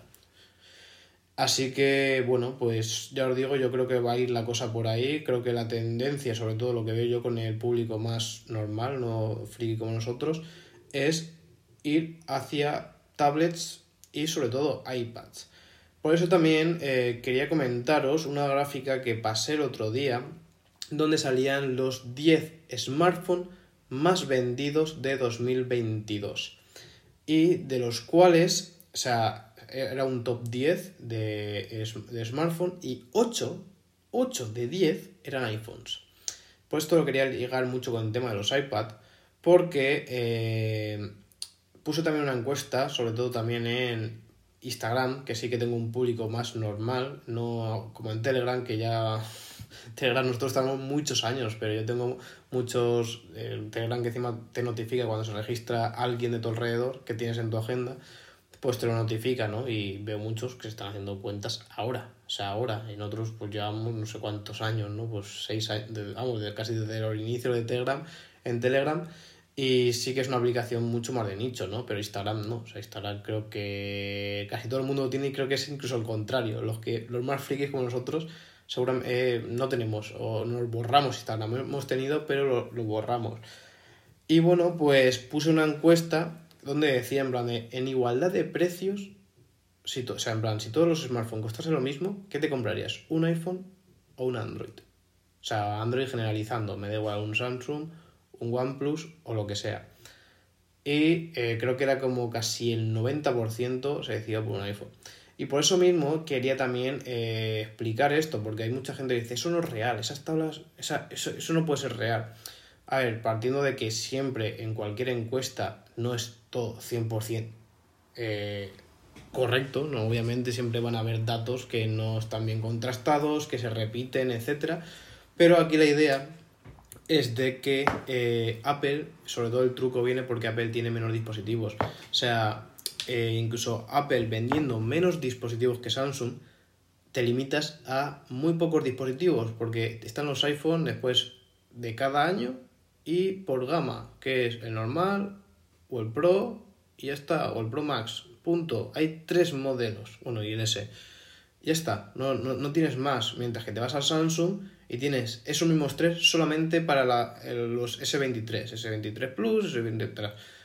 Así que, bueno, pues ya os digo, yo creo que va a ir la cosa por ahí. Creo que la tendencia, sobre todo lo que veo yo con el público más normal, no friki como nosotros, es ir hacia tablets y sobre todo iPads. Por eso también eh, quería comentaros una gráfica que pasé el otro día, donde salían los diez smartphones más vendidos de dos mil veintidós. Y de los cuales, o sea, era un top diez de, de smartphone y ocho, ocho de diez eran iPhones. Por esto lo quería ligar mucho con el tema de los iPad, porque eh, puse también una encuesta, sobre todo también en Instagram, que sí que tengo un público más normal, no como en Telegram, que ya Telegram nosotros estamos muchos años, pero yo tengo muchos eh, Telegram que encima te notifica cuando se registra alguien de tu alrededor que tienes en tu agenda, pues te lo notifica, ¿no? Y veo muchos que se están haciendo cuentas ahora, o sea, ahora. En otros pues llevamos no sé cuántos años, ¿no? Pues seis años, de, vamos, de, casi desde el inicio de Telegram, en Telegram. Y sí que es una aplicación mucho más de nicho, ¿no? Pero Instagram no. O sea, Instagram creo que casi todo el mundo lo tiene, y creo que es incluso el contrario. Los que los más frikis como nosotros seguramente eh, no tenemos, o nos borramos Instagram. Hemos tenido, pero lo, lo borramos. Y bueno, pues puse una encuesta donde decía en plan de, en igualdad de precios, si to, o sea, en plan, si todos los smartphones costasen lo mismo, ¿qué te comprarías? ¿Un iPhone o un Android? O sea, Android generalizando, me da igual un Samsung, un OnePlus o lo que sea. Y eh, creo que era como casi el noventa por ciento se decía por un iPhone. Y por eso mismo quería también eh, explicar esto, porque hay mucha gente que dice, eso no es real, esas tablas, esa, eso, eso no puede ser real. A ver, partiendo de que siempre en cualquier encuesta no es todo cien por ciento eh, correcto, ¿no? Obviamente siempre van a haber datos que no están bien contrastados, que se repiten, etcétera. Pero aquí la idea es de que eh, Apple, sobre todo el truco viene porque Apple tiene menos dispositivos. O sea, eh, incluso Apple vendiendo menos dispositivos que Samsung, te limitas a muy pocos dispositivos, porque están los iPhone después de cada año y por gama, que es el normal o el Pro y ya está, o el Pro Max, punto. Hay tres modelos, bueno, y el S. Ya está, no, no, no tienes más, mientras que te vas al Samsung y tienes esos mismos tres solamente para la, el, los ese veintitrés, ese veintitrés Plus, ese veintitrés.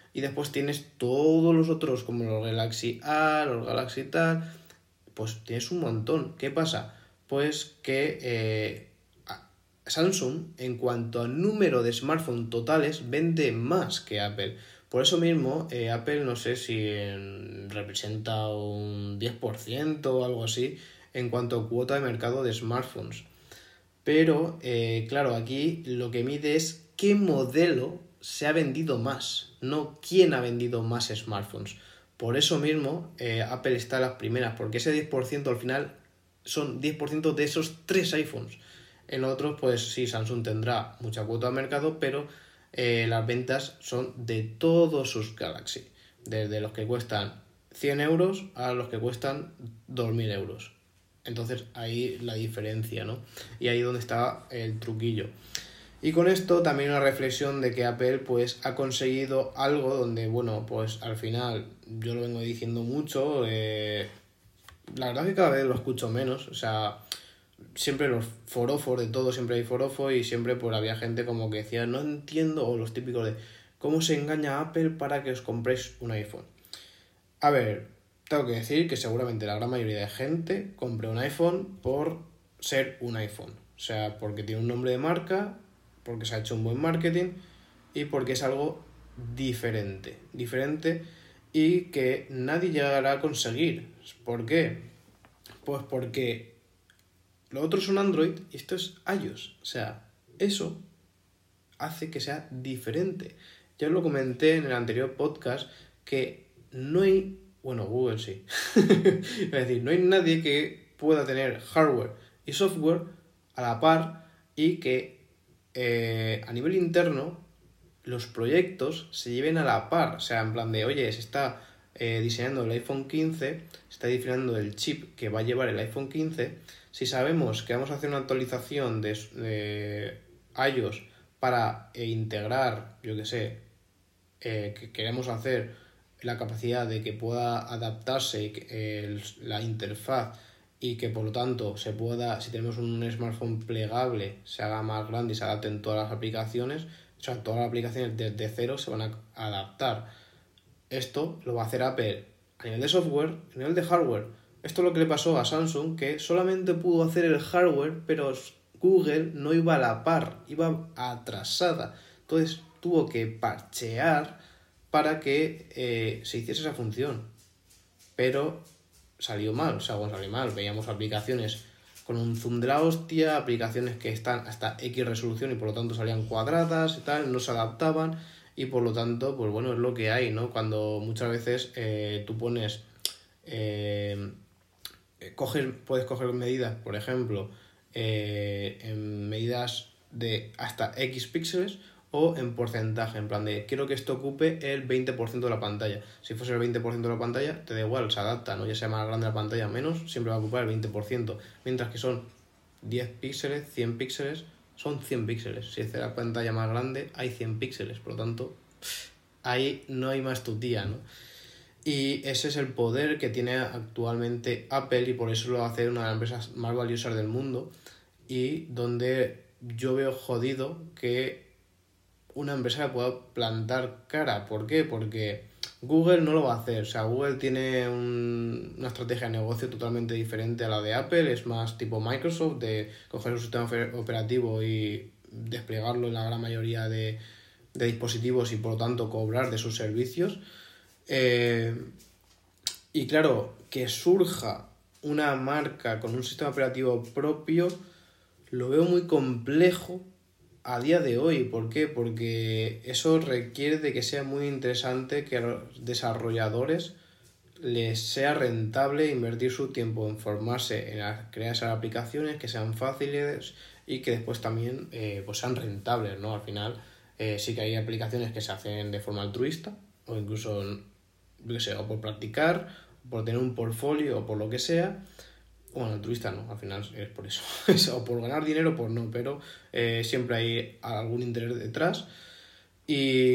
Y después tienes todos los otros, como los Galaxy A, los Galaxy tal, pues tienes un montón. ¿Qué pasa? Pues que eh, Samsung, en cuanto a número de smartphones totales, vende más que Apple. Por eso mismo, eh, Apple no sé si en, representa un diez por ciento o algo así en cuanto a cuota de mercado de smartphones. Pero, eh, claro, aquí lo que mide es qué modelo se ha vendido más, no quién ha vendido más smartphones. Por eso mismo, eh, Apple está en las primeras, porque ese diez por ciento al final son diez por ciento de esos tres iPhones. En otros, pues sí, Samsung tendrá mucha cuota de mercado, pero eh, las ventas son de todos sus Galaxy, desde los que cuestan cien euros a los que cuestan dos mil euros. Entonces ahí la diferencia, ¿no? Y ahí donde está el truquillo. Y con esto también una reflexión de que Apple pues ha conseguido algo donde, bueno, pues al final yo lo vengo diciendo mucho, eh, la verdad es que cada vez lo escucho menos, o sea, siempre los forofos de todo, siempre hay forofos y siempre pues había gente como que decía, no entiendo, o los típicos de cómo se engaña a Apple para que os compréis un iPhone. A ver, tengo que decir que seguramente la gran mayoría de gente compre un iPhone por ser un iPhone. O sea, porque tiene un nombre de marca, porque se ha hecho un buen marketing y porque es algo diferente. Diferente y que nadie llegará a conseguir. ¿Por qué? Pues porque lo otro es un Android y esto es iOS. O sea, eso hace que sea diferente. Ya os lo comenté en el anterior podcast que no hay, bueno, Google sí, es decir, no hay nadie que pueda tener hardware y software a la par y que eh, a nivel interno los proyectos se lleven a la par, o sea, en plan de, oye, se está eh, diseñando el iPhone quince, se está diseñando el chip que va a llevar el iPhone quince, si sabemos que vamos a hacer una actualización de, de iOS para eh, integrar, yo que sé, eh, que queremos hacer la capacidad de que pueda adaptarse eh, la interfaz y que por lo tanto se pueda, si tenemos un smartphone plegable, se haga más grande y se adapten todas las aplicaciones, o sea, todas las aplicaciones desde cero se van a adaptar. Esto lo va a hacer Apple a nivel de software, a nivel de hardware. Esto es lo que le pasó a Samsung, que solamente pudo hacer el hardware, pero Google no iba a la par, iba atrasada. Entonces tuvo que parchear para que eh, se hiciese esa función. Pero salió mal, o sea, bueno, salió mal. Veíamos aplicaciones con un zoom de la hostia, aplicaciones que están hasta X resolución y por lo tanto salían cuadradas y tal, no se adaptaban y por lo tanto, pues bueno, es lo que hay, ¿no? Cuando muchas veces eh, tú pones, eh, coges, puedes coger medidas, por ejemplo, eh, en medidas de hasta X píxeles o en porcentaje, en plan de quiero que esto ocupe el veinte por ciento de la pantalla. Si fuese el veinte por ciento de la pantalla, te da igual, se adapta, ¿no? Ya sea más grande la pantalla o menos, siempre va a ocupar el veinte por ciento. Mientras que son diez píxeles, cien píxeles, son cien píxeles. Si es la pantalla más grande, hay cien píxeles. Por lo tanto, ahí no hay más tutía, ¿no? Y ese es el poder que tiene actualmente Apple y por eso lo hace una de las empresas más valiosas del mundo y donde yo veo jodido que una empresa le pueda plantar cara. ¿Por qué? Porque Google no lo va a hacer. O sea, Google tiene un, una estrategia de negocio totalmente diferente a la de Apple. Es más tipo Microsoft, de coger un sistema operativo y desplegarlo en la gran mayoría de, de dispositivos y por lo tanto cobrar de sus servicios. Eh, y claro, que surja una marca con un sistema operativo propio lo veo muy complejo a día de hoy. ¿Por qué? Porque eso requiere de que sea muy interesante que a los desarrolladores les sea rentable invertir su tiempo en formarse, en crear esas aplicaciones que sean fáciles y que después también eh, pues sean rentables, ¿no? Al final eh, sí que hay aplicaciones que se hacen de forma altruista o incluso, yo qué sé, o por practicar, por tener un portfolio o por lo que sea. Bueno, altruista no, al final es por eso, o por ganar dinero, por no, pero eh, siempre hay algún interés detrás. Y,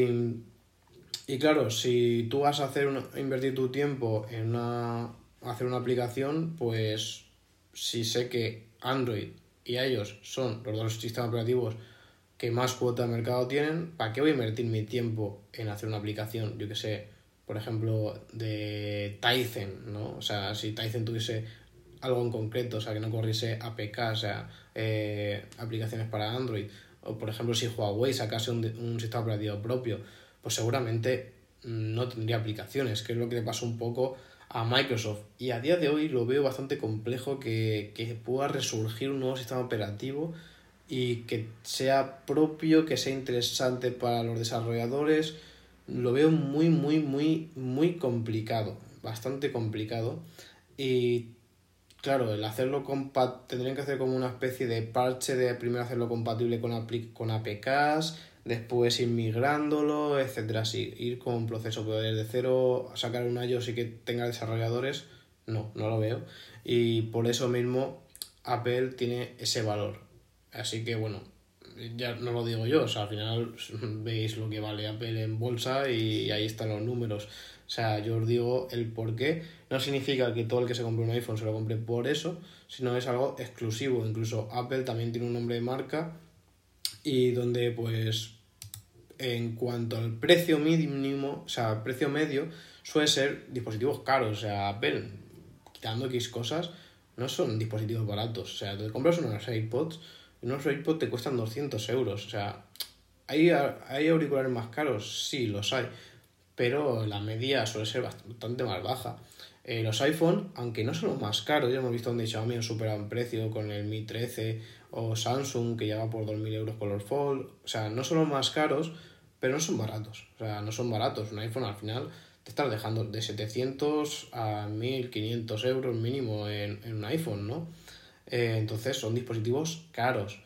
y claro, si tú vas a hacer una, invertir tu tiempo en una, hacer una aplicación, pues si sé que Android y iOS son los dos sistemas operativos que más cuota de mercado tienen, ¿para qué voy a invertir mi tiempo en hacer una aplicación, yo que sé, por ejemplo, de Tizen, ¿no? O sea, si Tizen tuviese algo en concreto, o sea, que no corriese A P K, o sea, eh, aplicaciones para Android, o por ejemplo, si Huawei sacase un, un sistema operativo propio, pues seguramente no tendría aplicaciones, que es lo que le pasó un poco a Microsoft. Y a día de hoy lo veo bastante complejo que, que pueda resurgir un nuevo sistema operativo y que sea propio, que sea interesante para los desarrolladores. Lo veo muy, muy, muy, muy complicado, bastante complicado. Y claro, el hacerlo compat tendrían que hacer como una especie de parche de primero hacerlo compatible con, apli con A P Ks, después ir migrándolo, etcétera. Así, ir con un proceso, pero desde cero sacar un iOS y que tenga desarrolladores, no, no lo veo. Y por eso mismo Apple tiene ese valor. Así que bueno, ya no lo digo yo, o sea, al final veis lo que vale Apple en bolsa y ahí están los números. O sea, yo os digo el por qué. No significa que todo el que se compre un iPhone se lo compre por eso, sino es algo exclusivo. Incluso Apple también tiene un nombre de marca y donde pues en cuanto al precio mínimo, o sea, precio medio, suele ser dispositivos caros. O sea, Apple, quitando X cosas, no son dispositivos baratos. O sea, te compras unos AirPods y unos AirPods te cuestan doscientos euros. O sea, ¿hay, ¿hay auriculares más caros? Sí, los hay, pero la media suele ser bastante más baja. Eh, los iPhone, aunque no son los más caros, ya hemos visto donde Xiaomi han superado en precio con el Mi trece o Samsung que lleva por dos mil euros con los Fold. O sea, no son los más caros, pero no son baratos. O sea, no son baratos. Un iPhone al final te estás dejando de setecientos a mil quinientos euros mínimo en, en un iPhone, ¿no? Eh, entonces son dispositivos caros.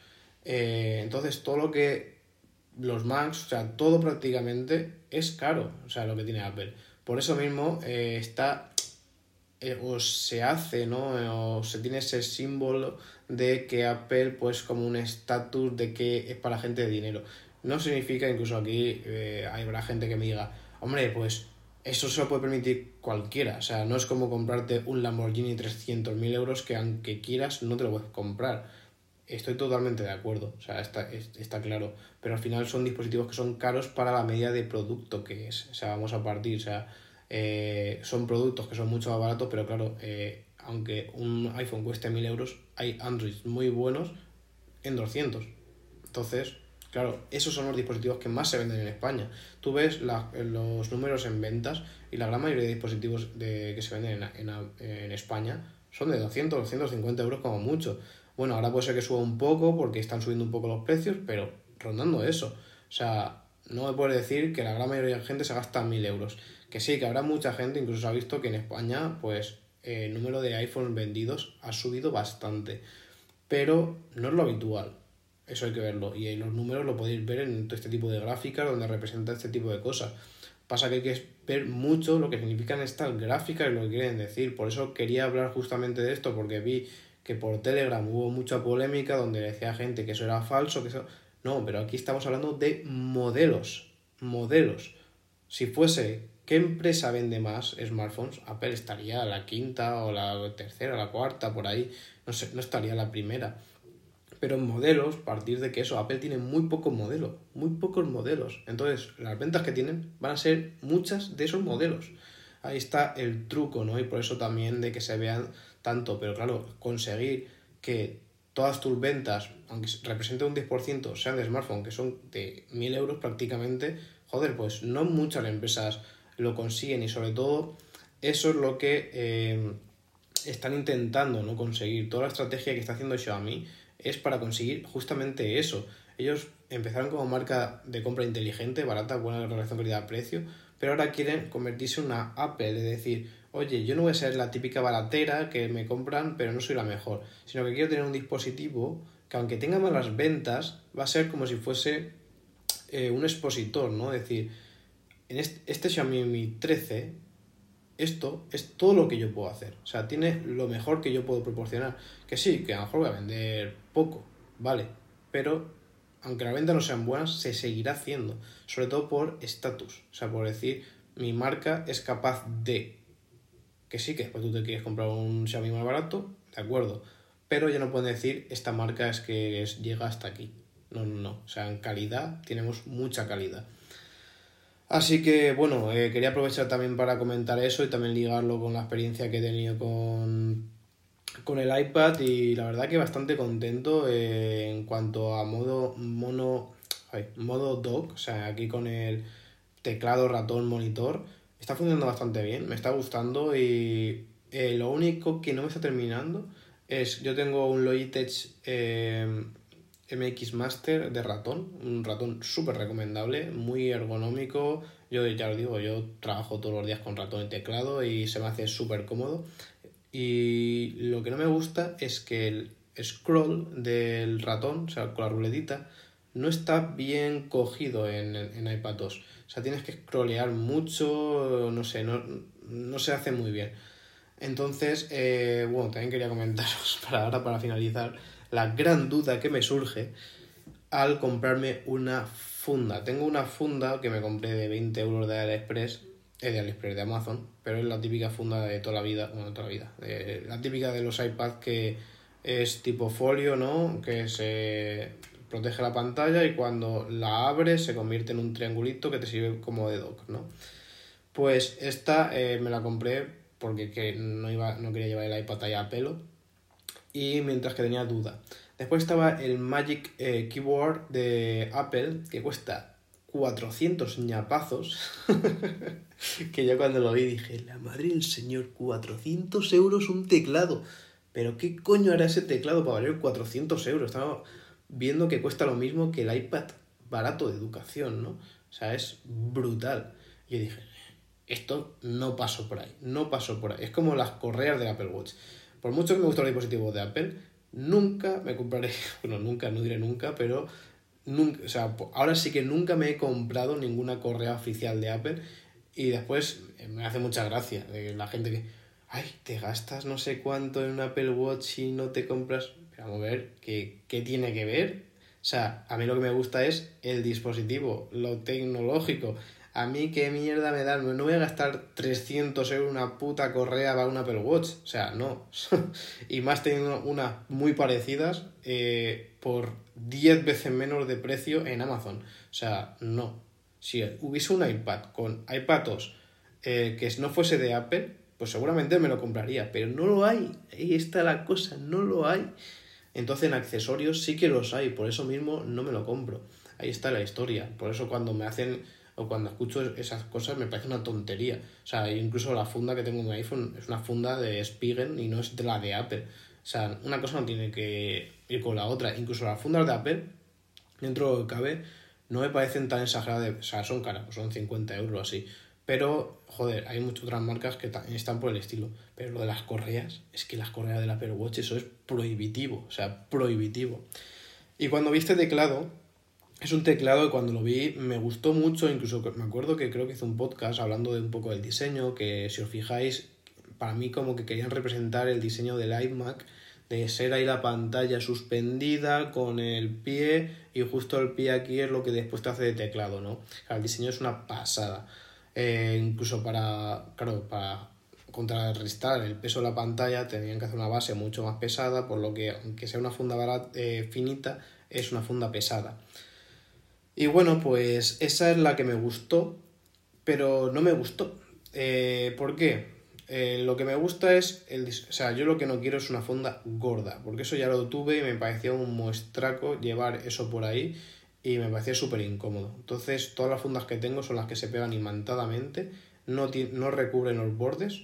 Eh, entonces todo lo que los Macs, o sea, todo prácticamente es caro, o sea, lo que tiene Apple. Por eso mismo eh, está, eh, o se hace, ¿no? O se tiene ese símbolo de que Apple, pues, como un estatus de que es para gente de dinero. No significa, incluso aquí eh, habrá gente que me diga, hombre, pues, eso se lo puede permitir cualquiera. O sea, no es como comprarte un Lamborghini trescientos mil euros que aunque quieras no te lo puedes comprar. Estoy totalmente de acuerdo, o sea, está, está claro, pero al final son dispositivos que son caros para la medida de producto que es, o sea, vamos a partir, o sea, eh, son productos que son mucho más baratos, pero claro, eh, aunque un iPhone cueste mil euros, hay Android muy buenos en doscientos. Entonces, claro, esos son los dispositivos que más se venden en España. Tú ves la, los números en ventas y la gran mayoría de dispositivos de, que se venden en, en, en España son de doscientos, doscientos cincuenta euros como mucho. Bueno, ahora puede ser que suba un poco porque están subiendo un poco los precios, pero rondando eso. O sea, no me puedes decir que la gran mayoría de gente se gasta mil euros. Que sí, que habrá mucha gente, incluso se ha visto que en España, pues, el número de iPhones vendidos ha subido bastante. Pero no es lo habitual. Eso hay que verlo. Y los números lo podéis ver en todo este tipo de gráficas donde representa este tipo de cosas. Pasa que hay que ver mucho lo que significan estas gráficas y lo que quieren decir. Por eso quería hablar justamente de esto, porque vi que por Telegram hubo mucha polémica donde decía gente que eso era falso, que eso... No, pero aquí estamos hablando de modelos, modelos. Si fuese, ¿qué empresa vende más smartphones? Apple estaría la quinta o la tercera o la cuarta, por ahí, no sé, no estaría la primera. Pero en modelos, a partir de que eso, Apple tiene muy pocos modelos, muy pocos modelos. Entonces, las ventas que tienen van a ser muchas de esos modelos. Ahí está el truco, ¿no? Y por eso también de que se vean tanto. Pero claro, conseguir que todas tus ventas, aunque representen un diez por ciento, sean de smartphone, que son de mil euros prácticamente, joder, pues no muchas empresas lo consiguen. Y sobre todo, eso es lo que eh, están intentando, ¿no? Conseguir. Toda la estrategia que está haciendo Xiaomi es para conseguir justamente eso. Ellos empezaron como marca de compra inteligente, barata, buena relación calidad-precio, pero ahora quieren convertirse en una Apple, es decir, oye, yo no voy a ser la típica baratera que me compran, pero no soy la mejor, sino que quiero tener un dispositivo que aunque tenga malas ventas, va a ser como si fuese eh, un expositor, ¿no? Es decir, en este, este Xiaomi Mi trece, esto es todo lo que yo puedo hacer. O sea, tiene lo mejor que yo puedo proporcionar. Que sí, que a lo mejor voy a vender poco, vale, pero aunque las ventas no sean buenas, se seguirá haciendo. Sobre todo por estatus. O sea, por decir, mi marca es capaz de... Que sí, que después tú te quieres comprar un Xiaomi más barato, de acuerdo. Pero ya no pueden decir, esta marca es que es, llega hasta aquí. no, no, no. O sea, en calidad tenemos mucha calidad. Así que, bueno, eh, quería aprovechar también para comentar eso y también ligarlo con la experiencia que he tenido con, con el iPad y la verdad que bastante contento eh, en cuanto a modo mono, ay, modo dock, o sea, aquí con el teclado, ratón, monitor, está funcionando bastante bien, me está gustando y eh, lo único que no me está terminando es, yo tengo un Logitech eh, M X Master de ratón, un ratón súper recomendable, muy ergonómico, yo ya lo digo, yo trabajo todos los días con ratón y teclado y se me hace súper cómodo y lo que no me gusta es que el scroll del ratón, o sea, con la ruletita, no está bien cogido en, en iPad dos. O sea, tienes que scrollear mucho, no sé, no, no se hace muy bien. Entonces, eh, bueno, también quería comentaros para ahora, para finalizar, la gran duda que me surge al comprarme una funda. Tengo una funda que me compré de veinte euros de AliExpress, es de AliExpress, de Amazon, pero es la típica funda de toda la vida, bueno, toda la vida, eh, la típica de los iPads que es tipo folio, ¿no? Que se protege la pantalla y cuando la abres se convierte en un triangulito que te sirve como de dock, ¿no? Pues esta eh, me la compré porque que no, iba, no quería llevar el iPad ahí a pelo y mientras que tenía duda. Después estaba el Magic eh, Keyboard de Apple que cuesta cuatrocientos ñapazos que yo cuando lo vi dije, la madre del señor, cuatrocientos euros un teclado. Pero ¿qué coño hará ese teclado para valer cuatrocientos euros? Estaba viendo que cuesta lo mismo que el iPad barato de educación, ¿no? O sea, es brutal. Y yo dije, esto no pasó por ahí, no pasó por ahí. Es como las correas del Apple Watch. Por mucho que me gustan los dispositivos de Apple, nunca me compraré, bueno, nunca, no diré nunca, pero nunca, o sea, ahora sí que nunca me he comprado ninguna correa oficial de Apple y después me hace mucha gracia de la gente que, ay, te gastas no sé cuánto en un Apple Watch y no te compras. Pero vamos a ver, ¿qué, qué tiene que ver? O sea, a mí lo que me gusta es el dispositivo, lo tecnológico. A mí qué mierda me da, no voy a gastar trescientos euros una puta correa para un Apple Watch, o sea, no. Y más teniendo unas muy parecidas eh, por diez veces menos de precio en Amazon, o sea, no. Si hubiese un iPad con iPadOS eh, que no fuese de Apple, pues seguramente me lo compraría, pero no lo hay, ahí está la cosa, no lo hay. Entonces en accesorios sí que los hay, por eso mismo no me lo compro. Ahí está la historia, por eso cuando me hacen o cuando escucho esas cosas me parece una tontería. O sea, incluso la funda que tengo en mi iPhone es una funda de Spigen y no es de la de Apple. O sea, una cosa no tiene que ir con la otra. Incluso las fundas de Apple, dentro de lo que cabe, no me parecen tan exageradas. O sea, son caras, son cincuenta euros así. Pero, joder, hay muchas otras marcas que están por el estilo. Pero lo de las correas, es que las correas del Apple Watch, eso es prohibitivo. O sea, prohibitivo. Y cuando vi este teclado, es un teclado que cuando lo vi me gustó mucho, incluso me acuerdo que creo que hice un podcast hablando de un poco del diseño, que si os fijáis, para mí como que querían representar el diseño del iMac, de ser ahí la pantalla suspendida con el pie y justo el pie aquí es lo que después te hace de teclado, ¿no? O sea, el diseño es una pasada. Eh, incluso para, claro, para contrarrestar el peso de la pantalla tenían que hacer una base mucho más pesada, por lo que aunque sea una funda barata, eh, finita, es una funda pesada. Y bueno, pues esa es la que me gustó, pero no me gustó. Eh, ¿Por qué? Eh, lo que me gusta es, el, o sea, yo lo que no quiero es una funda gorda, porque eso ya lo tuve y me parecía un muestraco llevar eso por ahí y me parecía súper incómodo. Entonces, todas las fundas que tengo son las que se pegan imantadamente, no, no recubren los bordes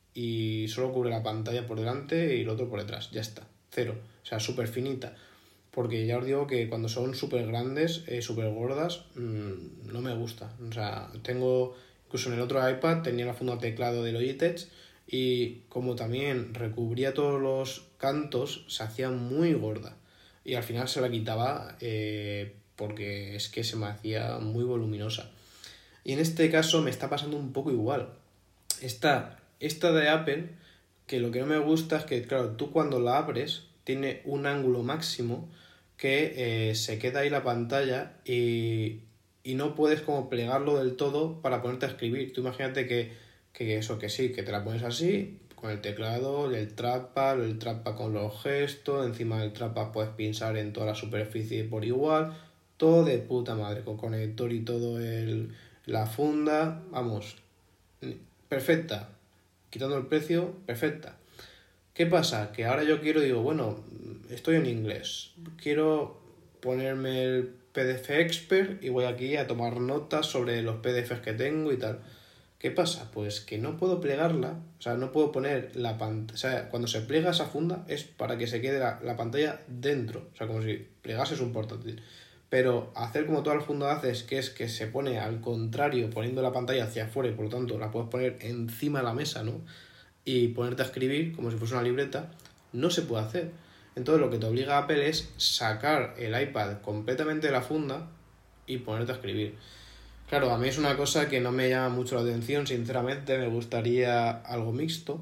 y solo cubre la pantalla por delante y el otro por detrás, ya está, cero, o sea, súper finita. Porque ya os digo que cuando son súper grandes, eh, súper gordas, mmm, no me gusta. O sea, tengo, incluso en el otro iPad tenía la funda teclado de Logitech y como también recubría todos los cantos, se hacía muy gorda. Y al final se la quitaba eh, porque es que se me hacía muy voluminosa. Y en este caso me está pasando un poco igual. Está esta de Apple, que lo que no me gusta es que, claro, tú cuando la abres tiene un ángulo máximo que eh, se queda ahí la pantalla y, y no puedes como plegarlo del todo para ponerte a escribir. Tú imagínate que, que eso, que sí, que te la pones así con el teclado, el trackpad, el trackpad con los gestos, encima del trackpad puedes pinchar en toda la superficie por igual, todo de puta madre, con conector y todo el, la funda, vamos, perfecta, quitando el precio, perfecta. ¿Qué pasa? Que ahora yo quiero, digo, bueno, estoy en inglés, quiero ponerme el P D F Expert y voy aquí a tomar notas sobre los P D Fs que tengo y tal. ¿Qué pasa? Pues que no puedo plegarla, o sea, no puedo poner la pantalla, o sea, cuando se pliega esa funda es para que se quede la, la pantalla dentro, o sea, como si plegases un portátil. Pero hacer como toda la funda haces, que es que se pone al contrario, poniendo la pantalla hacia afuera y por lo tanto la puedes poner encima de la mesa, ¿no? Y ponerte a escribir como si fuese una libreta, no se puede hacer. Entonces lo que te obliga a Apple es sacar el iPad completamente de la funda y ponerte a escribir. Claro, a mí es una cosa que no me llama mucho la atención, sinceramente, me gustaría algo mixto.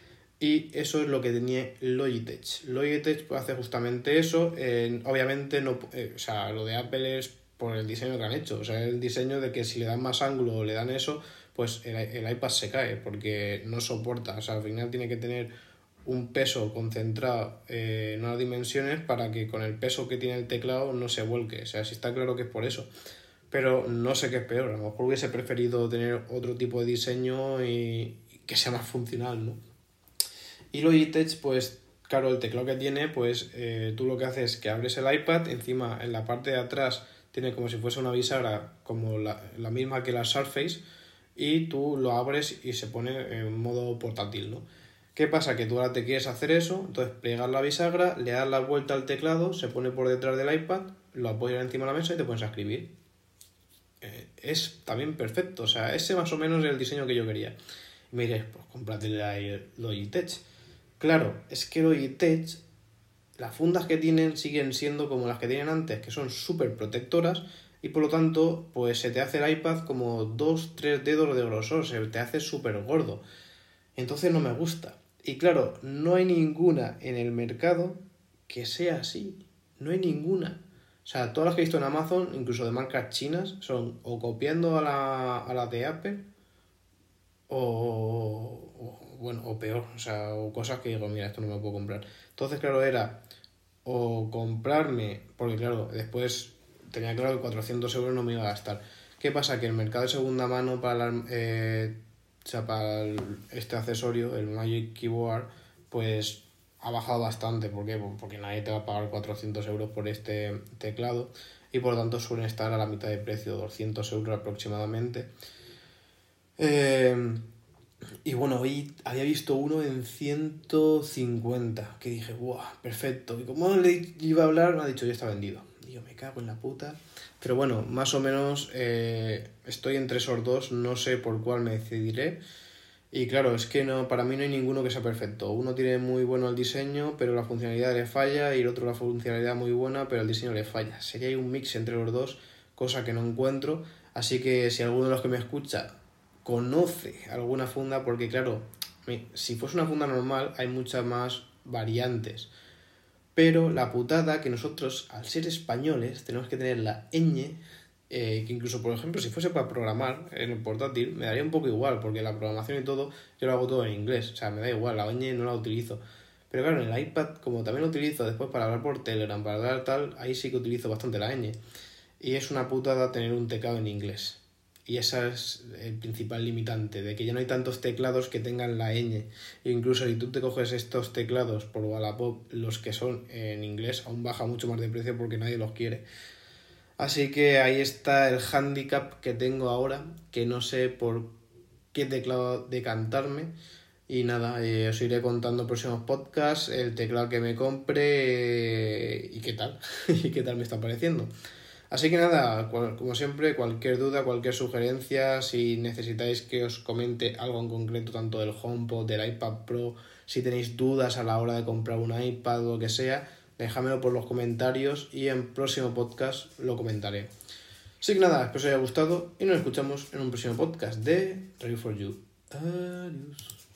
Y eso es lo que tenía Logitech. Logitech pues, hace justamente eso. Eh, obviamente, no, eh, o sea, lo de Apple es por el diseño que han hecho. O sea, el diseño de que si le dan más ángulo o le dan eso, pues el, el iPad se cae porque no soporta. O sea, al final tiene que tener un peso concentrado eh, en unas dimensiones para que con el peso que tiene el teclado no se vuelque. O sea, sí está claro que es por eso. Pero no sé qué es peor. A lo mejor hubiese preferido tener otro tipo de diseño y, y que sea más funcional, ¿no? Y Logitech, pues claro, el teclado que tiene, pues eh, tú lo que haces es que abres el iPad, encima en la parte de atrás tiene como si fuese una bisagra, como la, la misma que la Surface, y tú lo abres y se pone en modo portátil, ¿no? ¿Qué pasa? Que tú ahora te quieres hacer eso, entonces plegas la bisagra, le das la vuelta al teclado, se pone por detrás del iPad, lo apoyas encima de la mesa y te pones a escribir. Eh, es también perfecto, o sea, ese más o menos es el diseño que yo quería. Y me diréis, pues cómprate la Logitech. Claro, es que Logitech, las fundas que tienen siguen siendo como las que tienen antes, que son súper protectoras y por lo tanto, pues se te hace el iPad como dos tres dedos de grosor, se te hace súper gordo. Entonces no me gusta. Y claro, no hay ninguna en el mercado que sea así. No hay ninguna. O sea, todas las que he visto en Amazon, incluso de marcas chinas, son o copiando a la, a la de Apple o, o, bueno, o peor. O sea, o cosas que digo, mira, esto no me lo puedo comprar. Entonces, claro, era o comprarme, porque claro, después tenía claro que cuatrocientos euros no me iba a gastar. ¿Qué pasa? Que el mercado de segunda mano para la, eh, o sea, para el, este accesorio, el Magic Keyboard, pues ha bajado bastante. ¿Por qué? Porque nadie te va a pagar cuatrocientos euros por este teclado y por lo tanto suelen estar a la mitad de precio, doscientos euros aproximadamente. Eh, y bueno, hoy había visto uno en ciento cincuenta, que dije, ¡buah, perfecto! Y como le iba a hablar, me ha dicho, ya está vendido. Y yo, me cago en la puta. Pero bueno, más o menos eh, estoy entre esos dos, no sé por cuál me decidiré. Y claro, es que no, para mí no hay ninguno que sea perfecto. Uno tiene muy bueno el diseño, pero la funcionalidad le falla, y el otro la funcionalidad muy buena, pero el diseño le falla. Sería un mix entre los dos, cosa que no encuentro. Así que si alguno de los que me escucha conoce alguna funda, porque claro, si fuese una funda normal hay muchas más variantes. Pero la putada que nosotros, al ser españoles, tenemos que tener la ñ, eh, que incluso, por ejemplo, si fuese para programar en el portátil, me daría un poco igual, porque la programación y todo, yo lo hago todo en inglés, o sea, me da igual, la ñ no la utilizo. Pero claro, en el iPad, como también lo utilizo después para hablar por Telegram, para hablar tal, ahí sí que utilizo bastante la ñ. Y es una putada tener un teclado en inglés. Y ese es el principal limitante, de que ya no hay tantos teclados que tengan la ñ. E incluso si tú te coges estos teclados por Wallapop, los que son en inglés, aún baja mucho más de precio porque nadie los quiere. Así que ahí está el hándicap que tengo ahora, que no sé por qué teclado decantarme. Y nada, eh, os iré contando en próximos podcasts el teclado que me compre eh, y qué tal, y qué tal me está pareciendo. Así que nada, cual, como siempre, cualquier duda, cualquier sugerencia, si necesitáis que os comente algo en concreto, tanto del HomePod, del iPad Pro, si tenéis dudas a la hora de comprar un iPad o lo que sea, déjamelo por los comentarios y en próximo podcast lo comentaré. Así que nada, espero que os haya gustado y nos escuchamos en un próximo podcast de Review for You. Adiós.